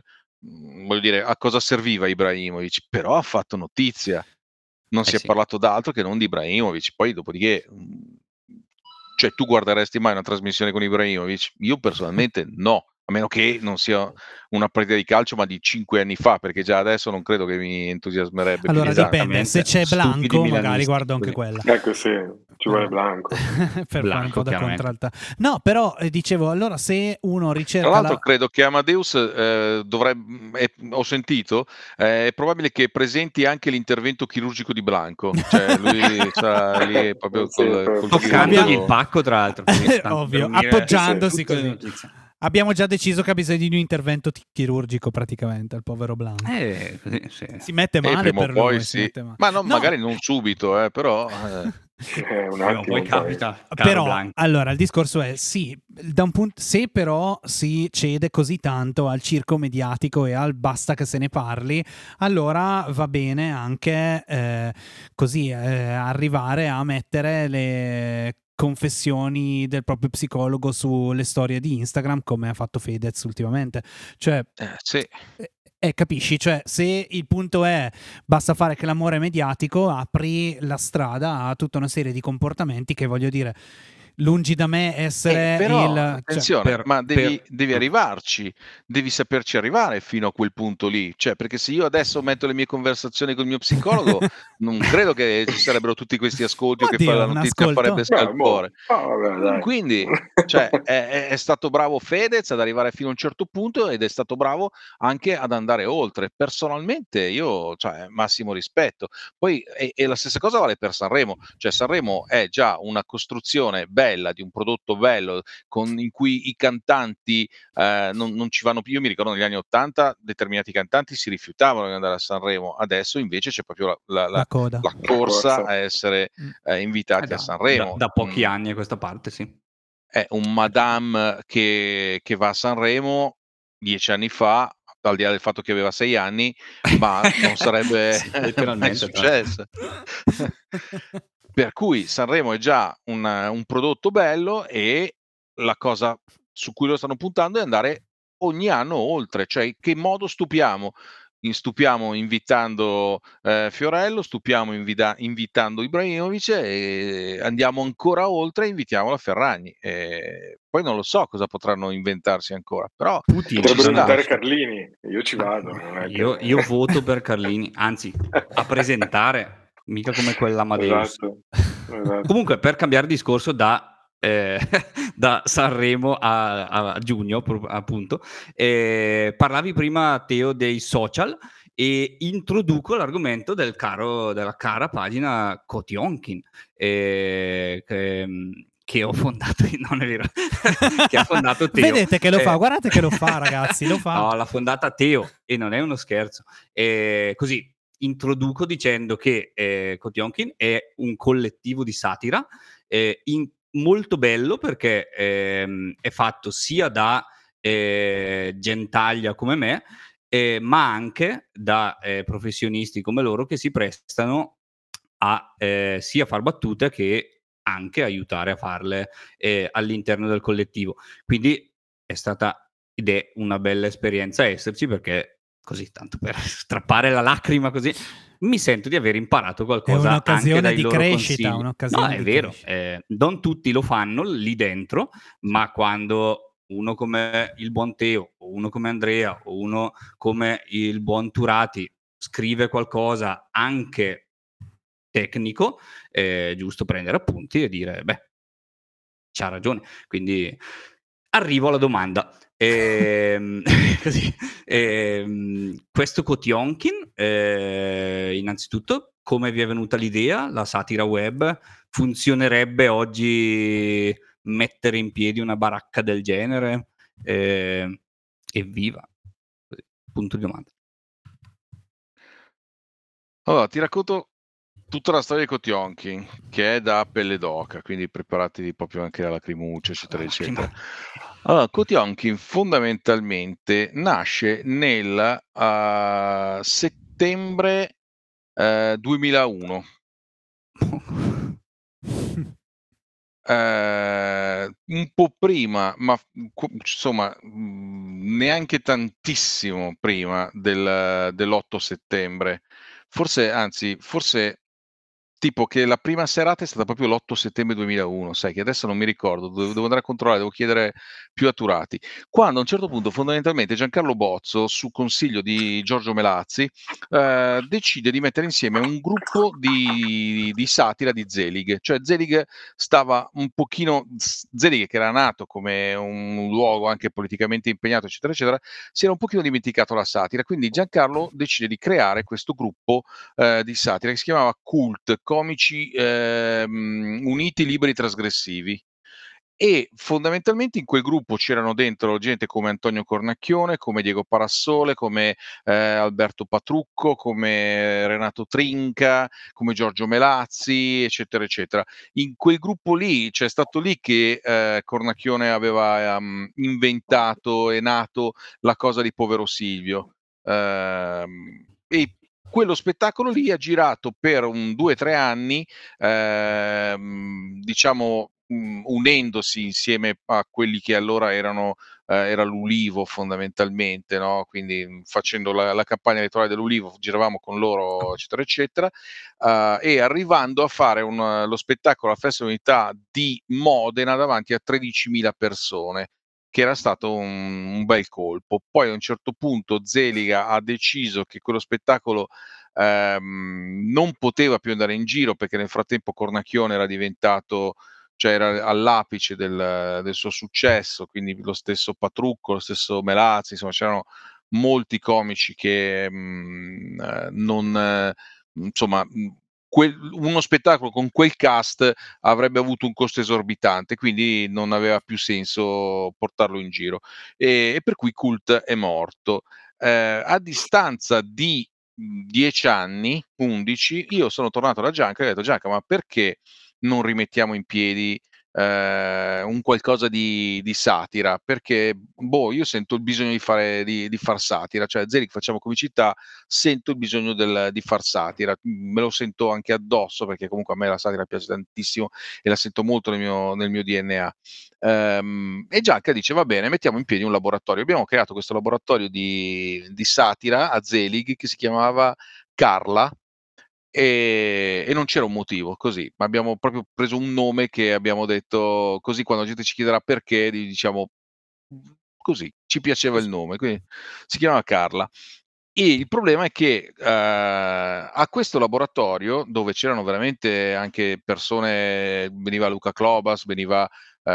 mh, voglio dire, a cosa serviva Ibrahimovic? Però ha fatto notizia, non Eh si è sì. parlato d'altro che non di Ibrahimovic. Poi dopodiché, mh, cioè tu guarderesti mai una trasmissione con Ibrahimovic? Io personalmente no, a meno che non sia una partita di calcio ma di cinque anni fa, perché già adesso non credo che mi entusiasmerebbe più Allora di tanto. dipende, se c'è Stupidi Blanco magari milanisti, guardo anche così. quella. Ecco sì, ci vuole Eh, Blanco. per fare un po' Blanco, da chiaramente. contralta. No, però eh, dicevo, allora se uno Tra ricerca l'altro la... credo che Amadeus eh, dovrebbe, è- ho sentito, eh, è probabile che presenti anche l'intervento chirurgico di Blanco, cioè lui sta lì proprio Sì, col, per- col Toccandogli Abbia- il chirurgo. pacco, tra l'altro, così, tanto per Ovvio, unire appoggiandosi tutte le così. notizie. Abbiamo già deciso che ha bisogno di un intervento ti- chirurgico praticamente, il povero Blanco. Eh, così, sì. Si mette E male prima o per poi lui, si sì, mette male. ma non, No, magari non subito, eh, però eh, eh, un Prima o attimo poi poi. capita, caro però Blanco. allora il discorso è sì, da un punto, se però si cede così tanto al circo mediatico e al basta che se ne parli, allora va bene anche eh, così eh, arrivare a mettere le confessioni del proprio psicologo sulle storie di Instagram come ha fatto Fedez ultimamente, cioè eh, sì. eh, capisci? Cioè, se il punto è basta fare che l'amore è mediatico, apri la strada a tutta una serie di comportamenti che, voglio dire, lungi da me essere Eh, però il... Cioè, attenzione, Per, ma devi, per... devi no. arrivarci, devi saperci arrivare fino a quel punto lì. Cioè, perché se io adesso metto le mie conversazioni con il mio psicologo, non credo che ci sarebbero tutti questi ascolti o che fa oddio, la un notizia farebbe ascolto. Beh, boh. scalpore. Ah, vabbè, dai. Quindi, cioè, è, è- è stato bravo Fedez ad arrivare fino a un certo punto ed è stato bravo anche ad andare oltre. Personalmente, io, cioè, massimo rispetto. Poi, e, e la stessa cosa vale per Sanremo. Cioè, Sanremo è già una costruzione bella di un prodotto bello con, in cui i cantanti eh, non, non ci vanno più. Io mi ricordo negli anni Ottanta determinati cantanti si rifiutavano di andare a Sanremo, adesso invece c'è proprio la, la- la- La coda. la La corsa corsa. a essere Mm. eh, Eh, invitati a da, da- Sanremo. da pochi Mm, anni a questa parte, sì. è un madame che, che va a Sanremo dieci anni fa, al di là del fatto che aveva sei anni, ma non sarebbe Sì, mai letteralmente, tra l'altro. successo. Per cui Sanremo è già un, un prodotto bello e la cosa su cui lo stanno puntando è andare ogni anno oltre, cioè che modo stupiamo? In- Stupiamo invitando eh, Fiorello, stupiamo invita- invitando Ibrahimovic e andiamo ancora oltre e invitiamo la Ferragni. E poi non lo so cosa potranno inventarsi ancora, però Putin, ci Potrebbero non lo sta. invitare so. Carlini. Io ci vado. Non è Io, che... io voto per Carlini, anzi, a presentare, mica come quell'Amadeus. Esatto. Esatto. Comunque, per cambiare discorso da, eh, da Sanremo a, a giugno, pro- appunto, eh, parlavi prima, Teo, dei social e introduco l'argomento del caro, della cara pagina Kotionkin, eh, che, che ho fondato, non è vero, che ha fondato Teo. Vedete che lo fa, Eh, guardate che lo fa, ragazzi, lo fa. No, l'ha fondata Teo e non è uno scherzo. Eh, così introduco dicendo che eh, Kotionkin è un collettivo di satira eh, in- molto bello perché ehm, è fatto sia da eh, gentaglia come me, eh, ma anche da eh, professionisti come loro che si prestano a eh, sia far battute che anche aiutare a farle eh, all'interno del collettivo. Quindi è stata ed è una bella esperienza esserci perché così, tanto per strappare la lacrima così, mi sento di aver imparato È qualcosa anche un'occasione dai di loro crescita, consigli. No, un'occasione è di vero, crescita. eh, non tutti lo fanno lì dentro, ma quando uno come il buon Teo, o uno come Andrea, o uno come il buon Turati scrive qualcosa anche tecnico, è giusto prendere appunti e dire, beh, c'ha ragione. Quindi arrivo alla domanda. Ehm, così, ehm, questo Kotionkin, eh, innanzitutto, come vi è venuta l'idea? La satira web funzionerebbe oggi mettere in piedi una baracca del genere? Eh, evviva! Così, punto di domanda. Allora, ti racconto tutta la storia di Kotionkin, che è da pelle d'oca, quindi preparatevi proprio anche la lacrimuccia, eccetera, La eccetera. lacrima. Allora, Kotionkin fondamentalmente nasce nel uh, settembre uh, duemilauno. Eh, un po' prima, ma insomma, mh, neanche tantissimo prima del dell'otto settembre. Forse anzi, forse tipo che la prima serata è stata proprio l'otto settembre duemilauno, sai che adesso non mi ricordo, devo devo andare a controllare, devo chiedere più accurati. Quando a un certo punto fondamentalmente Giancarlo Bozzo, su consiglio di Giorgio Melazzi, ehm, decide di mettere insieme un gruppo di di satira di Zelig. Cioè Zelig stava un pochino z Zelig che era nato come un luogo anche politicamente impegnato, eccetera, eccetera, si era un pochino dimenticato la satira, quindi Giancarlo decide di creare questo gruppo, ehm, di satira che si chiamava Cult, Comici, ehm, Uniti Liberi Trasgressivi. E fondamentalmente in quel gruppo c'erano dentro gente come Antonio Cornacchione, come Diego Parassole, come, ehm, Alberto Patrucco, come Renato Trinca, come Giorgio Melazzi, eccetera, eccetera. In quel gruppo lì c'è stato lì che, ehm, Cornacchione aveva, ehm, inventato, è nato la cosa di Povero Silvio. Ehm, e quello spettacolo lì ha girato per un due, tre anni, ehm, diciamo, mhmm, unendosi insieme a quelli che allora erano ehm, era l'Ulivo fondamentalmente, no, quindi, mhmm, facendo la la campagna elettorale dell'Ulivo, giravamo con loro, eccetera, eccetera, uhm, e arrivando a fare un lo spettacolo alla Festa dell'Unità di Modena davanti a tredicimila persone, che era stato un un bel colpo. Poi a un certo punto Zelig ha deciso che quello spettacolo, ehm, non poteva più andare in giro, perché nel frattempo Cornacchione era diventato cioè era all'apice del del suo successo, quindi lo stesso Patrucco, lo stesso Melazzi, insomma c'erano molti comici che, mhmm, ehm, non eh, insomma, mhmm, quel uno spettacolo con quel cast avrebbe avuto un costo esorbitante, quindi non aveva più senso portarlo in giro. E e per cui Cult è morto. Ehm, a distanza di, mhmm, dieci anni, undici, io sono tornato da Gianca e ho detto: "Gianca, ma perché non rimettiamo in piedi, ehm, un qualcosa di di satira?" Perché, boh, io sento il bisogno di fare di di far satira, cioè Zelig facciamo comicità, sento il bisogno del di far satira. Mhmm, me lo sento anche addosso, perché comunque a me la satira piace tantissimo e la sento molto nel mio nel mio D N A. Ehm, e Gianca dice: "Va bene, mettiamo in piedi un laboratorio." Abbiamo creato questo laboratorio di di satira a Zelig che si chiamava Carla, ehm, e non c'era un motivo, così. Ma abbiamo proprio preso un nome che abbiamo detto così quando la gente ci chiederà perché, di diciamo, mhmm, così, ci piaceva il Così. nome, quindi si chiamava Carla. E il problema è che, uhm, a questo laboratorio, dove c'erano veramente anche persone veniva Luca Clobas, veniva,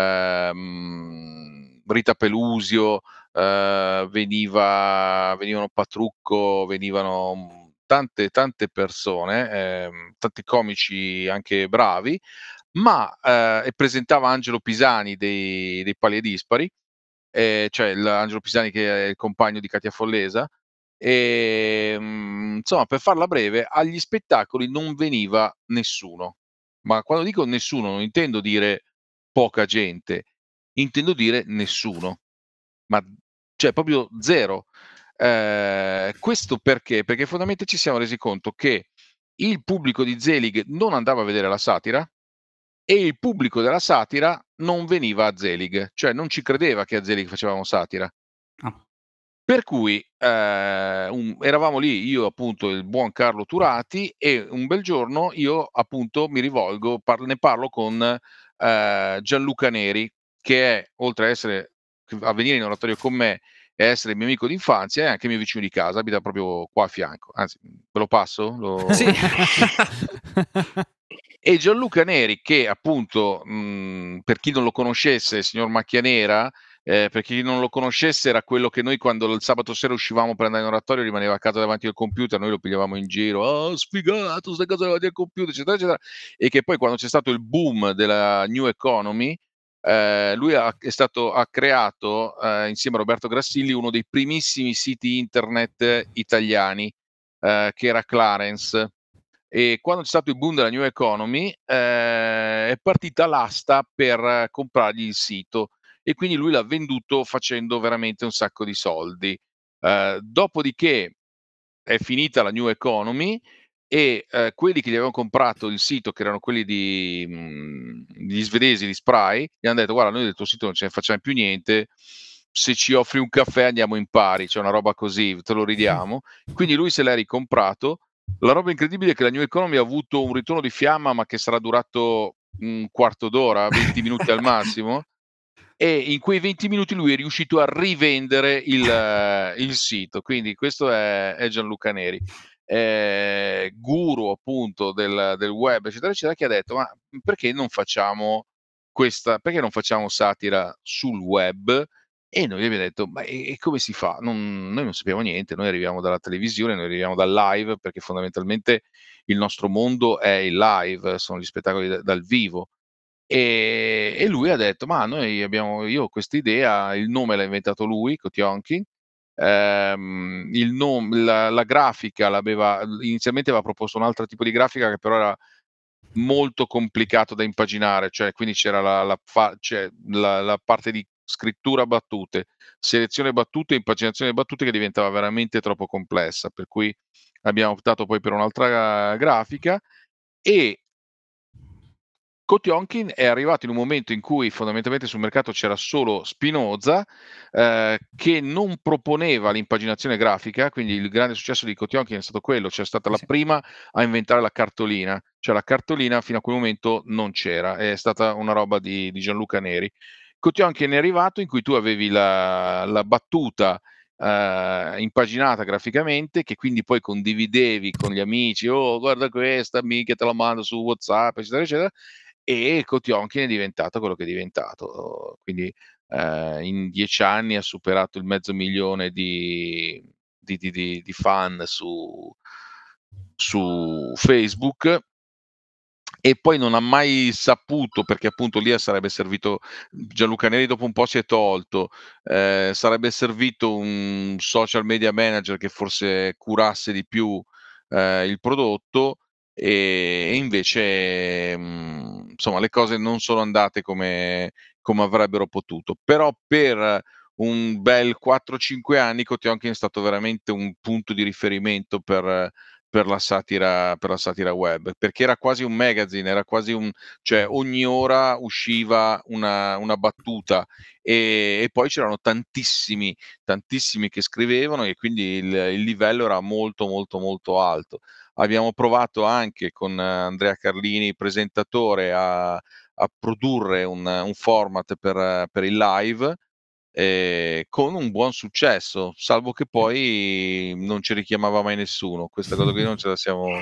ehm, Rita Pelusio, uhm, veniva venivano Patrucco, venivano, mhmm, tante, tante persone, ehm, tanti comici anche bravi, ma ehm, e presentava Angelo Pisani dei dei Pali e Dispari, ehm, cioè il Angelo Pisani che è il compagno di Katia Follesa. Ehm, insomma, per farla breve, agli spettacoli non veniva nessuno. Ma quando dico nessuno non intendo dire poca gente, intendo dire nessuno, ma cioè proprio zero. Ehm, questo perché? Perché fondamentalmente ci siamo resi conto che il pubblico di Zelig non andava a vedere la satira e il pubblico della satira non veniva a Zelig, cioè non ci credeva che a Zelig facevamo satira. Ah. Per cui, ehm, un eravamo lì, io appunto e il buon Carlo Turati, e un bel giorno io appunto mi rivolgo, par ne parlo con, ehm, Gianluca Neri, che è oltre a essere a venire in oratorio con me e essere il mio amico d'infanzia, è anche mio vicino di casa, abita proprio qua a fianco. Anzi, ve lo passo? Sì. Lo E Gianluca Neri che appunto, mhmm, per chi non lo conoscesse, signor Macchia Nera, ehm, per chi non lo conoscesse era quello che noi quando il sabato sera uscivamo per andare in oratorio rimaneva a casa davanti al computer, noi lo pigliavamo in giro: "Oh sfigato, stai a casa davanti al computer", eccetera, eccetera. E che poi quando c'è stato il boom della new economy, ehm, lui ha è stato ha creato, ehm, insieme a Roberto Grassilli, uno dei primissimi siti internet italiani, ehm, che era Clarence. E quando c'è stato il boom della new economy, ehm, è partita l'asta per comprargli il sito e quindi lui l'ha venduto facendo veramente un sacco di soldi. Ehm, dopodiché è finita la new economy e, ehm, quelli che gli avevano comprato il sito, che erano quelli di mhmm, gli svedesi di Spray, gli han detto: "Guarda, noi del tuo sito non ce ne facciam più niente, se ci offri un caffè andiamo in pari, c'è una roba così, te lo ridiamo. Quindi lui se l'è ricomprato. La roba incredibile è che la New Economy ha avuto un ritorno di fiamma, ma che sarà durato un quarto d'ora, venti minuti al massimo, e in quei venti minuti lui è riuscito a rivendere il, il sito. Quindi questo è, è Gianluca Neri, eh, guru appunto del, del web, eccetera, eccetera, che ha detto: ma perché non facciamo questa, perché non facciamo satira sul web? E noi gli abbiamo detto: ma e, e come si fa? Non, noi non sappiamo niente, noi arriviamo dalla televisione, noi arriviamo dal live, perché fondamentalmente il nostro mondo è il live, sono gli spettacoli da, dal vivo. E, e lui ha detto: ma noi abbiamo, io ho questa idea, il nome l'ha inventato lui, Kotionkin, ehm, il nome, la, la grafica l'aveva, inizialmente aveva proposto un altro tipo di grafica che però era molto complicato da impaginare, cioè quindi c'era la, la, fa, cioè, la, la parte di scrittura battute, selezione battute e impaginazione battute che diventava veramente troppo complessa, per cui abbiamo optato poi per un'altra grafica. E Kotionkin è arrivato in un momento in cui fondamentalmente sul mercato c'era solo Spinoza, eh, che non proponeva l'impaginazione grafica, quindi il grande successo di Kotionkin è stato quello, cioè è stata la Sì. prima a inventare la cartolina, cioè la cartolina fino a quel momento non c'era, è stata una roba di, di Gianluca Neri. Kotionkin è arrivato in cui tu avevi la, la battuta eh, impaginata graficamente, che quindi poi condividevi con gli amici: oh guarda questa, mica te la mando su WhatsApp, eccetera eccetera, e Kotionkin è diventato quello che è diventato. Quindi eh, in dieci anni ha superato il mezzo milione di, di, di, di, di fan su, su Facebook, e poi non ha mai saputo, perché appunto lì sarebbe servito, Gianluca Neri dopo un po' si è tolto, eh, sarebbe servito un social media manager che forse curasse di più eh, il prodotto, e, e invece mh, insomma le cose non sono andate come, come avrebbero potuto. Però per un bel quattro cinque anni Kotionkin è stato veramente un punto di riferimento per per la satira, per la satira web, perché era quasi un magazine, era quasi un, cioè ogni ora usciva una, una battuta, e, e poi c'erano tantissimi, tantissimi che scrivevano, e quindi il, il livello era molto molto molto alto. Abbiamo provato anche con Andrea Carlini, presentatore, a, a produrre un, un format per, per il live, eh, con un buon successo, salvo che poi non ci richiamava mai nessuno. Questa cosa qui non ce la siamo.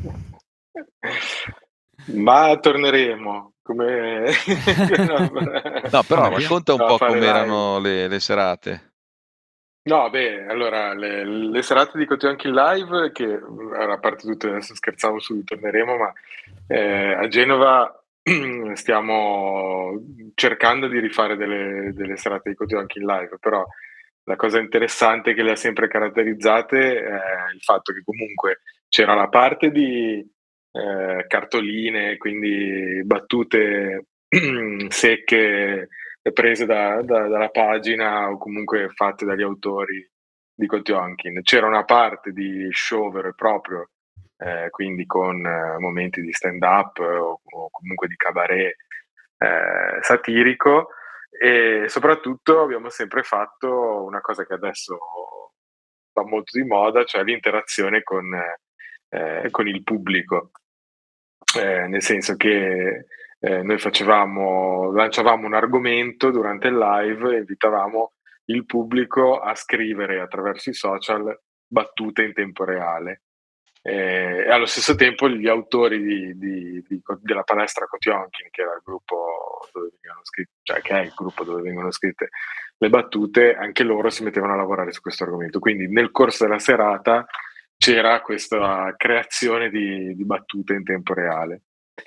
Ma torneremo come No, però Abbiamo- racconta un a po' fare live. com'erano le, le serate. No, beh, allora, le, le serate di Kotionkin Live, che a parte tutto, adesso scherzavo su torneremo, ma eh, a Genova stiamo cercando di rifare delle, delle serate di Kotionkin Live, però la cosa interessante che le ha sempre caratterizzate è il fatto che comunque c'era la parte di eh, cartoline, quindi battute secche prese da, da, dalla pagina o comunque fatte dagli autori di Kotionkin. C'era una parte di show vero e proprio, eh, quindi con eh, momenti di stand-up o, o comunque di cabaret eh, satirico, e soprattutto abbiamo sempre fatto una cosa che adesso va molto di moda, cioè l'interazione con, eh, con il pubblico, eh, nel senso che eh, noi facevamo, lanciavamo un argomento durante il live e invitavamo il pubblico a scrivere attraverso i social battute in tempo reale. Eh, e allo stesso tempo gli autori di, di, di, della palestra Kotionkin, che era il gruppo dove venivano scritte, cioè che è il gruppo dove vengono scritte le battute, anche loro si mettevano a lavorare su questo argomento. Quindi nel corso della serata c'era questa creazione di, di battute in tempo reale.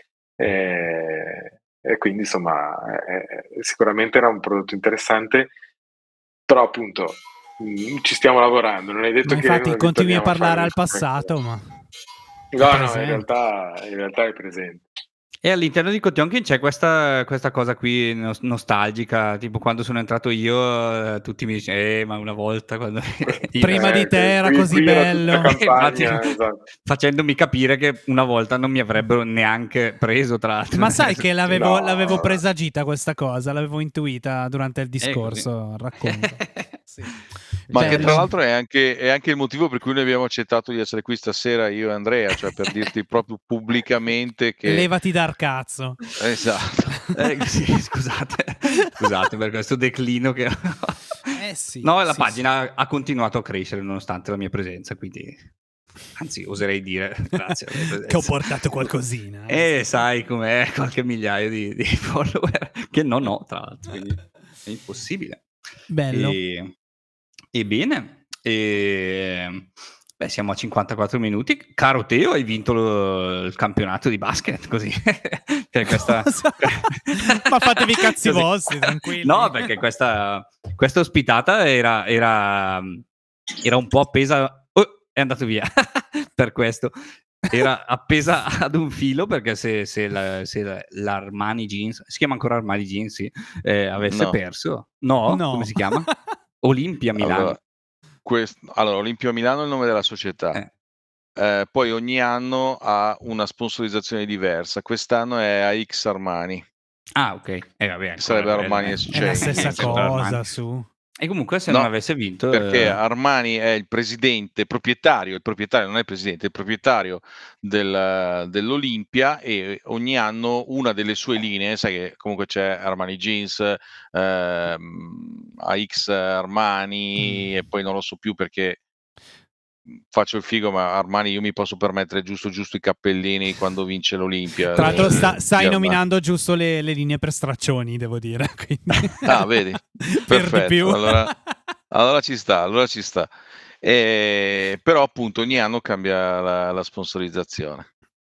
E, e quindi insomma eh, sicuramente era un prodotto interessante, però appunto mh, ci stiamo lavorando, non è detto Ma che infatti noi continui a torniamo a fare parlare le al passato, ma no, è no, in presente. realtà, in realtà è presente. E all'interno di Kotionkin c'è questa, questa cosa qui nos- nostalgica, tipo quando sono entrato io, eh, tutti mi dicono, eh, ma una volta quando... io- Prima di Eh, te era qui- così qui era bello. tutta Infatti, campagna, esatto. facendomi capire che una volta non mi avrebbero neanche preso, tra l'altro. Ma sai che l'avevo, No. l'avevo presagita questa cosa, l'avevo intuita durante il È così. discorso, il racconto. Sì. Ma che Bello. tra l'altro è anche, è anche il motivo per cui noi abbiamo accettato di essere qui stasera, io e Andrea, cioè per dirti proprio pubblicamente che... Levati dar cazzo. Esatto. Eh, sì, scusate, scusate per questo declino che... Eh sì, No, la sì, pagina ha continuato a crescere nonostante la mia presenza, quindi... Anzi, oserei dire grazie alla mia sì. presenza. Che ho portato qualcosina. Eh, sai com'è, qualche migliaio di, di follower, che non ho, tra l'altro, quindi è impossibile. Bello. E, e bene, e, beh, siamo a cinquantaquattro minuti. Caro Teo, hai vinto lo- il campionato di basket, così. Per questa... Cosa? Ma fatevi i cazzi Così. vostri, tranquilli. No, perché questa, questa ospitata era, era, era un po' appesa... Oh, è andato via, per questo. Era appesa ad un filo, perché se, se, la, se la- l'Armani Jeans, si chiama ancora Armani Jeans, sì, eh, avesse No. perso... No? No. Come si chiama? Olimpia Milano. Allora, quest- allora, Olimpio Milano è il nome della società. Eh. Eh, poi ogni anno ha una sponsorizzazione diversa. Quest'anno è A X Armani. Ah, ok. Eh, vabbè, Che sarebbe ancora- Armani eh, Exchange. È la eh, stessa sempre cosa, Armani. su. E comunque se No, non avesse vinto... Perché eh, Armani è il presidente, proprietario, il proprietario non è il presidente, è il proprietario del- dell'Olimpia, e ogni anno una delle sue linee, sai che comunque c'è Armani Jeans, ehm, A X Armani, Mm. e poi non lo so più perché faccio il figo, ma Armani io mi posso permettere giusto giusto i cappellini quando vince l'Olimpia. Tra l'altro eh, sta- stai di Armani. nominando giusto le, le linee per straccioni, devo dire. Quindi... Ah, vedi? per Perfetto, di più. allora, allora ci sta, allora ci sta. Eh, però appunto ogni anno cambia la, la sponsorizzazione.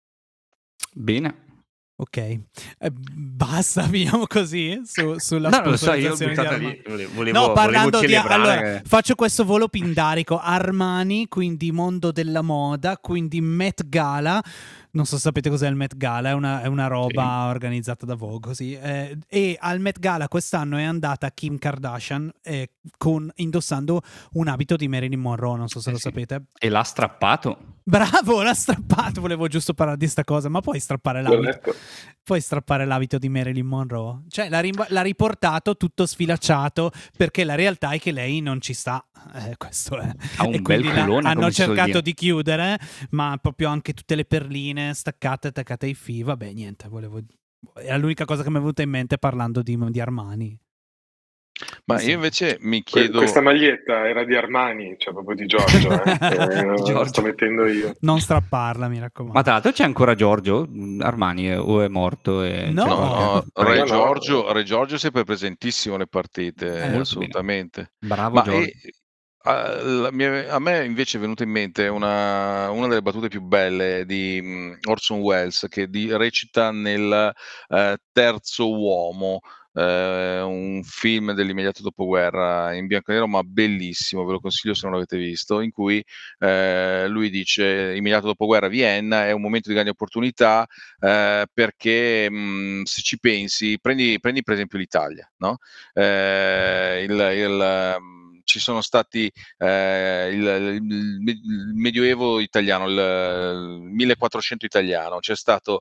Bene. Ok, eh, basta, finiamo così su- sulla No, lo so, io l'ho sponsorizzazione di buttata Armani. lì. Volevo, volevo, No, parlando volevo di... celebrare Allora, che- faccio questo volo pindarico. Armani, quindi mondo della moda, quindi Met Gala. Non so se sapete cos'è il Met Gala, è una, è una roba organizzata da Vogue, così. Eh, e al Met Gala quest'anno è andata Kim Kardashian eh, con, indossando un abito di Marilyn Monroe, non so se Eh lo sì. sapete. E l'ha strappato. Bravo, l'ha strappato, volevo giusto parlare di sta cosa, ma puoi strappare L'ho l'abito? letto. Puoi strappare l'abito di Marilyn Monroe? Cioè l'ha, rim- l'ha riportato tutto sfilacciato, perché la realtà è che lei non ci sta. Eh, questo è. Ha un E bel quindi la- culone, hanno come si suol cercato dire. di chiudere, ma proprio anche tutte le perline staccate, attaccate ai fili. Vabbè, niente, volevo... Era l'unica cosa che mi è venuta in mente parlando di, di Armani. Ma Sì. io invece mi Que- chiedo, Questa maglietta era di Armani, cioè proprio di Giorgio, eh? Eh, non Giorgio. la sto mettendo io. Non strapparla, mi raccomando. Ma tra l'altro c'è ancora Giorgio Armani eh, o è morto? E No. c'è no, qualche- no, Re No, no. Giorgio, Re Giorgio è sempre presentissimo alle partite, Eh, molto assolutamente. Bravo Ma Giorgio. e- a, la mia- a me invece è venuta in mente una, una delle battute più belle di mh, Orson Welles, che di- recita nel eh, Terzo Uomo, eh, un film dell'immediato dopoguerra in bianco e nero, ma bellissimo, ve lo consiglio se non l'avete visto, in cui eh, lui dice: immediato dopoguerra Vienna è un momento di grande opportunità, eh, perché mh, se ci pensi, prendi, prendi per esempio l'Italia, no? Eh, il, il, mh, ci sono stati eh, il, il- il Medioevo italiano, il, il millequattrocento italiano, c'è stato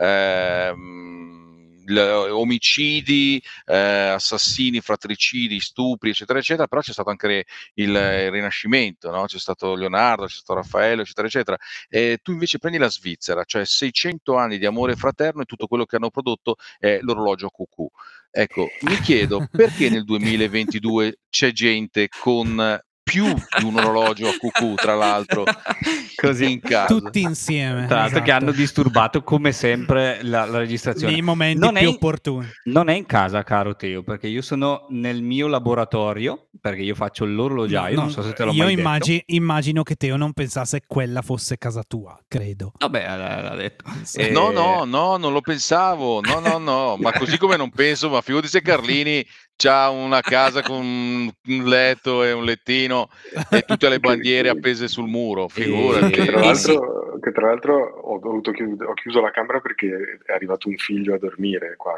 ehm, il- omicidi, eh, assassini, fratricidi, stupri, eccetera, eccetera, però c'è stato anche il, il Rinascimento, no? C'è stato Leonardo, c'è stato Raffaello, eccetera, eccetera. E tu invece prendi la Svizzera, cioè seicento anni di amore fraterno, e tutto quello che hanno prodotto è l'orologio a cucù. Ecco, mi chiedo perché nel duemilaventidue c'è gente con più di un orologio a cucù, tra l'altro, Così. in casa. Tutti insieme. Tra l'altro che esatto. hanno disturbato come sempre la, la registrazione. Nei momenti Non è più in- opportuni. Non è in casa, caro Teo, perché io sono nel mio laboratorio, perché io faccio l'orologiaio, No, non so se te l'ho io mai immagi- detto. immagino che Teo non pensasse quella fosse casa tua, credo. Vabbè, l'ha l'ha detto. Sì. No, Eh, no, no, non lo pensavo. No, no, no. Ma così come non penso, ma figurati se Carlini c'ha una casa con un letto e un lettino e tutte le Che- bandiere che- appese sul muro. E- Figurati. Che tra Eh, l'altro, che tra l'altro ho, dovuto chiud- ho chiuso la camera perché è arrivato un figlio a dormire qua.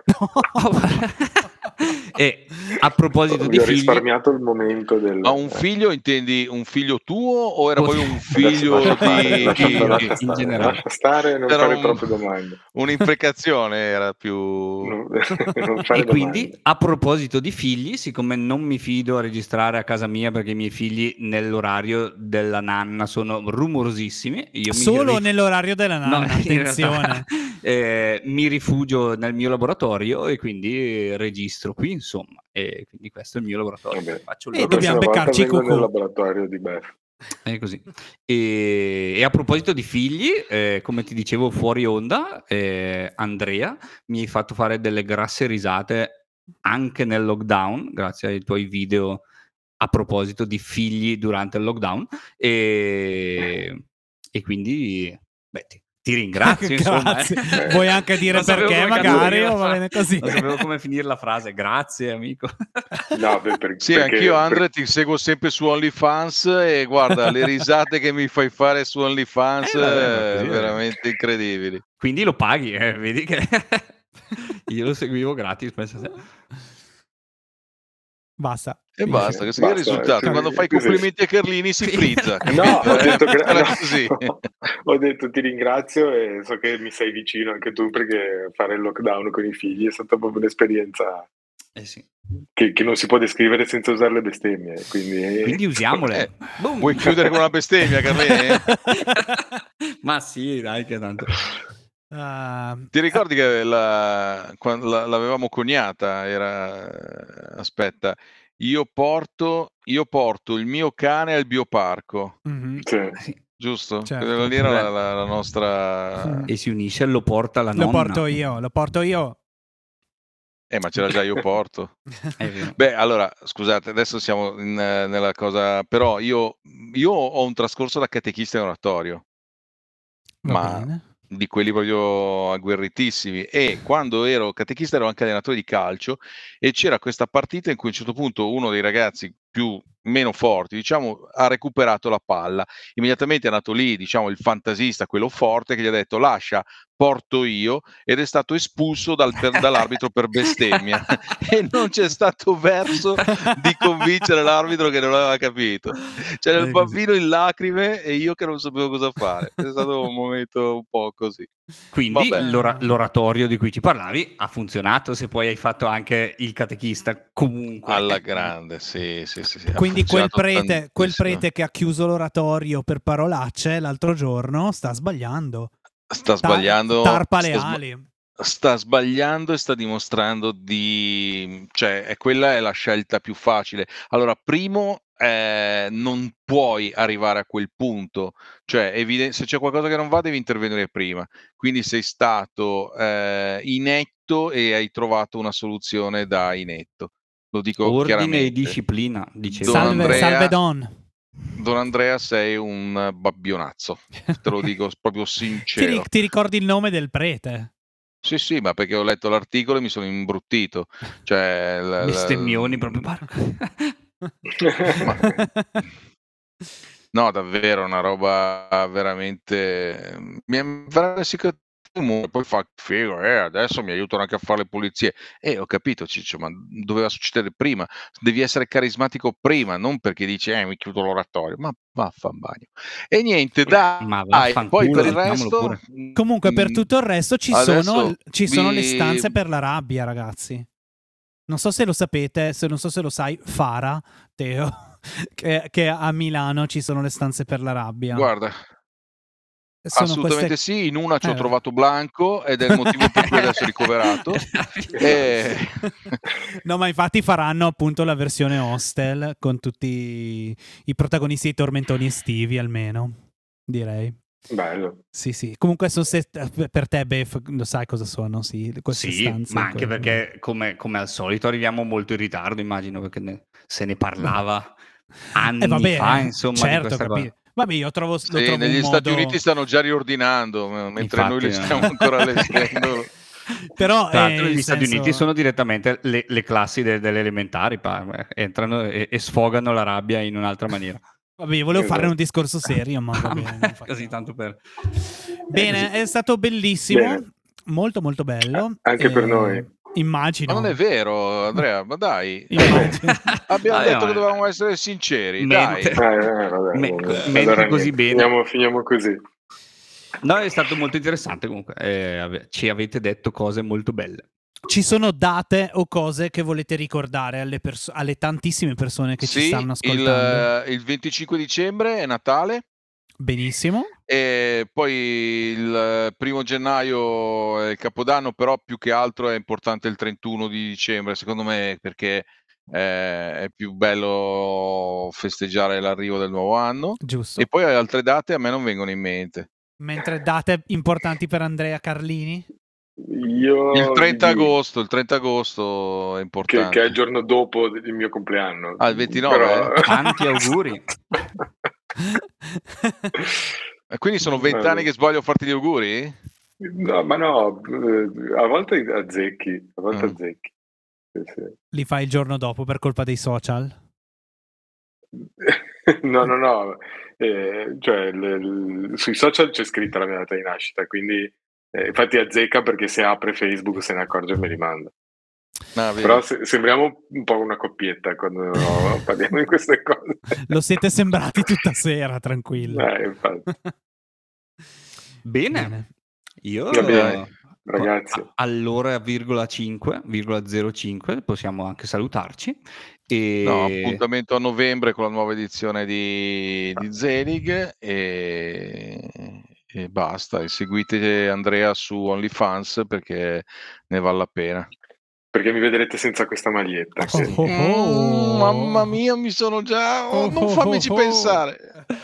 E a proposito Vi di ho figli, risparmiato il momento del... Ma un figlio intendi un figlio tuo o era Pot- poi un Adesso figlio lascia stare, di... lascia, di- lascia in stare, generale. lascia stare e non Era fare un- troppe domande. Un'imprecazione era più... Non, non fare E quindi, domande. a proposito di figli, siccome non mi fido a registrare a casa mia perché i miei figli nell'orario della nanna sono rumorosissimi, io mi Solo rif- nell'orario della No, nanna, in attenzione. realtà, eh, mi rifugio nel mio laboratorio e quindi registro qui, insomma. E quindi questo è il mio laboratorio. Vabbè. Faccio E La l'orologio. dobbiamo prossima volta beccarci vengo Cucù. nel laboratorio di Beth. È così. E, e a proposito di figli, eh, come ti dicevo fuori onda, eh, Andrea, mi hai fatto fare delle grasse risate anche nel lockdown, grazie ai tuoi video a proposito di figli durante il lockdown. E, e quindi, beh, ti, ti ringrazio, insomma. Grazie. eh. Vuoi anche dire Non sapevo perché, come cazzo magari, finire la o va fra- bene così? Non sapevo come finire la frase. Grazie, amico. No, beh, per- Sì, perché, anch'io Andre per- ti seguo sempre su OnlyFans e guarda, le risate che mi fai fare su OnlyFans Eh, vabbè, ma eh, così è. veramente incredibili. Quindi lo paghi, eh, vedi che io lo seguivo gratis. Pensa te. Basta. E Finisce. basta, che sia il Basta, risultato. sì, Quando fai così. complimenti a Carlini si frizza. No, capito, ho eh? detto, gra- Era no, così. ho detto ti ringrazio e so che mi sei vicino anche tu perché fare il lockdown con i figli è stata proprio un'esperienza Eh sì. che, che non si può descrivere senza usare le bestemmie. Quindi, Quindi usiamole. Eh, Boom. vuoi chiudere con una bestemmia, Carlini? Ma sì, dai, che tanto. Ah, Ti ricordi che la, quando la- l'avevamo coniata? Era, aspetta, io porto, io porto il mio cane al bioparco, mhm. sì. Sì. giusto? Certo. Quella lì era la, la- la nostra... E si unisce e lo porta la Lo nonna. porto io, lo porto io. Eh, ma c'era già io porto. È vero. Beh, allora, scusate, adesso siamo in, eh, nella cosa... Però io, io ho un trascorso da catechista in oratorio, Va ma bene. di quelli proprio agguerritissimi, e quando ero catechista ero anche allenatore di calcio e c'era questa partita in cui a un certo punto uno dei ragazzi più meno forti, diciamo, ha recuperato la palla. Immediatamente è nato lì, diciamo, il fantasista, quello forte, che gli ha detto lascia, porto io, ed è stato espulso dal- per- dall'arbitro per bestemmia e non c'è stato verso di convincere l'arbitro che non aveva capito. C'era il È così. bambino in lacrime e io che non sapevo cosa fare. È stato un momento un po' così. Quindi Vabbè. l'ora- l'oratorio di cui ci parlavi ha funzionato, se poi hai fatto anche il catechista comunque. Alla grande, sì, sì, sì, sì. Ha Quindi quel funzionato prete, quel tantissimo. prete che ha chiuso l'oratorio per parolacce l'altro giorno sta sbagliando. Sta Ta- sbagliando, tarpa le sta sba- ali. sta sbagliando e sta dimostrando di... cioè, è quella è la scelta più facile. Allora, primo, eh, non puoi arrivare a quel punto, cioè eviden- se c'è qualcosa che non va devi intervenire prima, quindi sei stato eh, inetto e hai trovato una soluzione da inetto, lo dico Ordine e chiaramente. disciplina, dicevo. Don Salve, Andrea- salve Don. Don Andrea, sei un babbionazzo, te lo dico proprio Ti, sincero. ri- ti ricordi il nome del prete? Sì, sì, ma perché ho letto l'articolo e mi sono imbruttito. Cioè, la- la- Bestemmioni proprio. parco. No, davvero, una roba veramente... Mi è veramente comune. Poi fa figo, eh, adesso mi aiutano anche a fare le pulizie. E ho capito, Ciccio, ma doveva succedere prima. Devi essere carismatico prima, non perché dici, eh, mi chiudo l'oratorio. Ma vaffa in bagno. E niente, dai, Ma dai, vaffanculo, poi per il diciamolo resto... pure. Comunque, per mm, tutto il resto ci adesso sono, ci sono le vi- stanze per la rabbia, ragazzi. Non so se lo sapete, se non so se lo sai, Fara, Teo, che, che a Milano ci sono le stanze per la rabbia. Guarda, Sono assolutamente queste... sì, in una ci ho Eh. trovato Blanco ed è il motivo per cui adesso è ricoverato. E... No, ma infatti faranno appunto la versione hostel con tutti i protagonisti dei tormentoni estivi, almeno, direi. Bello. Sì, sì. Comunque sono set- per te, Bef, lo sai cosa sono, sì, queste Sì, stanze. ma anche quelle- perché come, come al solito arriviamo molto in ritardo, immagino, perché ne- se ne parlava anni Eh vabbè, fa, eh, insomma, di certo, questa capito. cosa. Vabbè, io trovo, lo Sì, trovo un negli Stati modo... Uniti stanno già riordinando, m- mentre noi Infatti, li stiamo no. ancora leggendo. Però, Tra eh, l'altro negli nel Stati senso- Uniti sono direttamente le, le classi de- delle elementari, pa- entrano e, e sfogano la rabbia in un'altra maniera. Vabbè, io volevo fare Esatto. un discorso serio, ma va bene. non Così facciamo. tanto per... Bene, così. è stato bellissimo, Bene. molto molto bello. Anche per Eh, noi. Immagino. Ma non è vero, Andrea, ma dai. Immagino. Abbiamo Vabbè, detto ma- che dovevamo essere sinceri, Mentre- dai. Eh, eh, vabbè, Me- vabbè. mentre Allora così niente, bene. Finiamo, finiamo così. No, è stato molto interessante comunque. Eh, ave- ci avete detto cose molto belle. Ci sono date o cose che volete ricordare alle, perso- alle tantissime persone che ci Sì, stanno il, ascoltando? il venticinque dicembre è Natale. Benissimo. E poi il primo gennaio è il Capodanno, però più che altro è importante il trentuno di dicembre, secondo me, perché eh, è più bello festeggiare l'arrivo del nuovo anno. Giusto. E poi altre date a me non vengono in mente. Mentre date importanti per Andrea Carlini? Io Il trenta vi dico agosto, il trenta agosto è che, importante. che è il giorno dopo il mio compleanno. Ah, il ventinove? Però... Tanti auguri. E quindi sono vent'anni che sbaglio a farti gli auguri? No, ma no, eh, a volte azzecchi, a volte Mm. azzecchi. Sì, sì. Li fai il giorno dopo per colpa dei social? No, no, no, eh, cioè le- le- sui social c'è scritta la mia data di nascita, quindi eh, infatti azzecca perché se apre Facebook se ne accorge e me li manda. Ah, vedi. Però se- sembriamo un po' una coppietta quando parliamo di queste cose. Lo siete sembrati tutta sera, tranquillo. Eh, infatti. Bene. Bene. Io Va bene, eh, ragazzi. a- all'ora virgola cinque, virgola zero cinque possiamo anche salutarci. E... No, appuntamento a novembre con la nuova edizione di, di Zelig e, e basta. E seguite Andrea su OnlyFans perché ne vale la pena. Perché mi vedrete senza questa maglietta. Oh, che- oh, oh. Mm, mamma mia, mi sono già... oh, Oh, non oh, fammici oh, oh. pensare.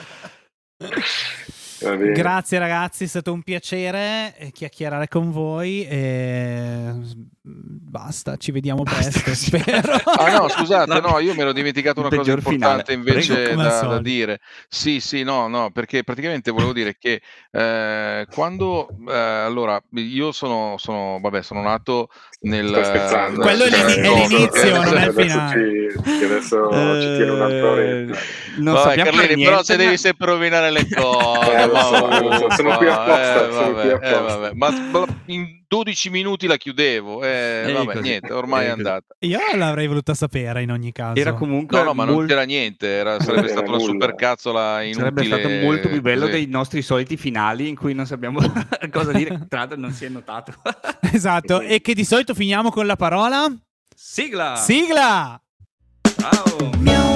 Va bene. Grazie ragazzi, è stato un piacere eh, chiacchierare con voi e basta, ci vediamo presto, spero. Ah no, scusate, La- no, io mi ero dimenticato il una cosa peggior importante finale. invece Prego. Come al da, da solito. dire. Sì, sì, no, no, perché praticamente volevo dire che eh, quando eh, allora io sono, sono, vabbè, sono nato nel Sta scherzando. Quello è Cioè, l'ini- è no, l'inizio, adesso- non è il adesso finale. Ci, che adesso ci tiene un'altra oretta. Non Vabbè, sappiamo per Carlini, però niente, se devi ma- sempre rovinare le cose, Eh, lo ma so, lo so, sono qui uffa, apposta, eh, sono qui vabbè, eh, apposta. vabbè. Ma ma in dodici minuti la chiudevo, eh, E vabbè, così, niente, ormai e è così. andata. Io l'avrei voluta sapere in ogni caso. Era comunque No, no, ma non mol- c'era niente, era, sarebbe Era stata una nulla. supercazzola inutile. sarebbe stato molto più bello così. dei nostri soliti finali in cui non sappiamo cosa dire. Tra l'altro non si è notato. Esatto, e che di solito finiamo con la parola Sigla! sigla. Ciao! Miau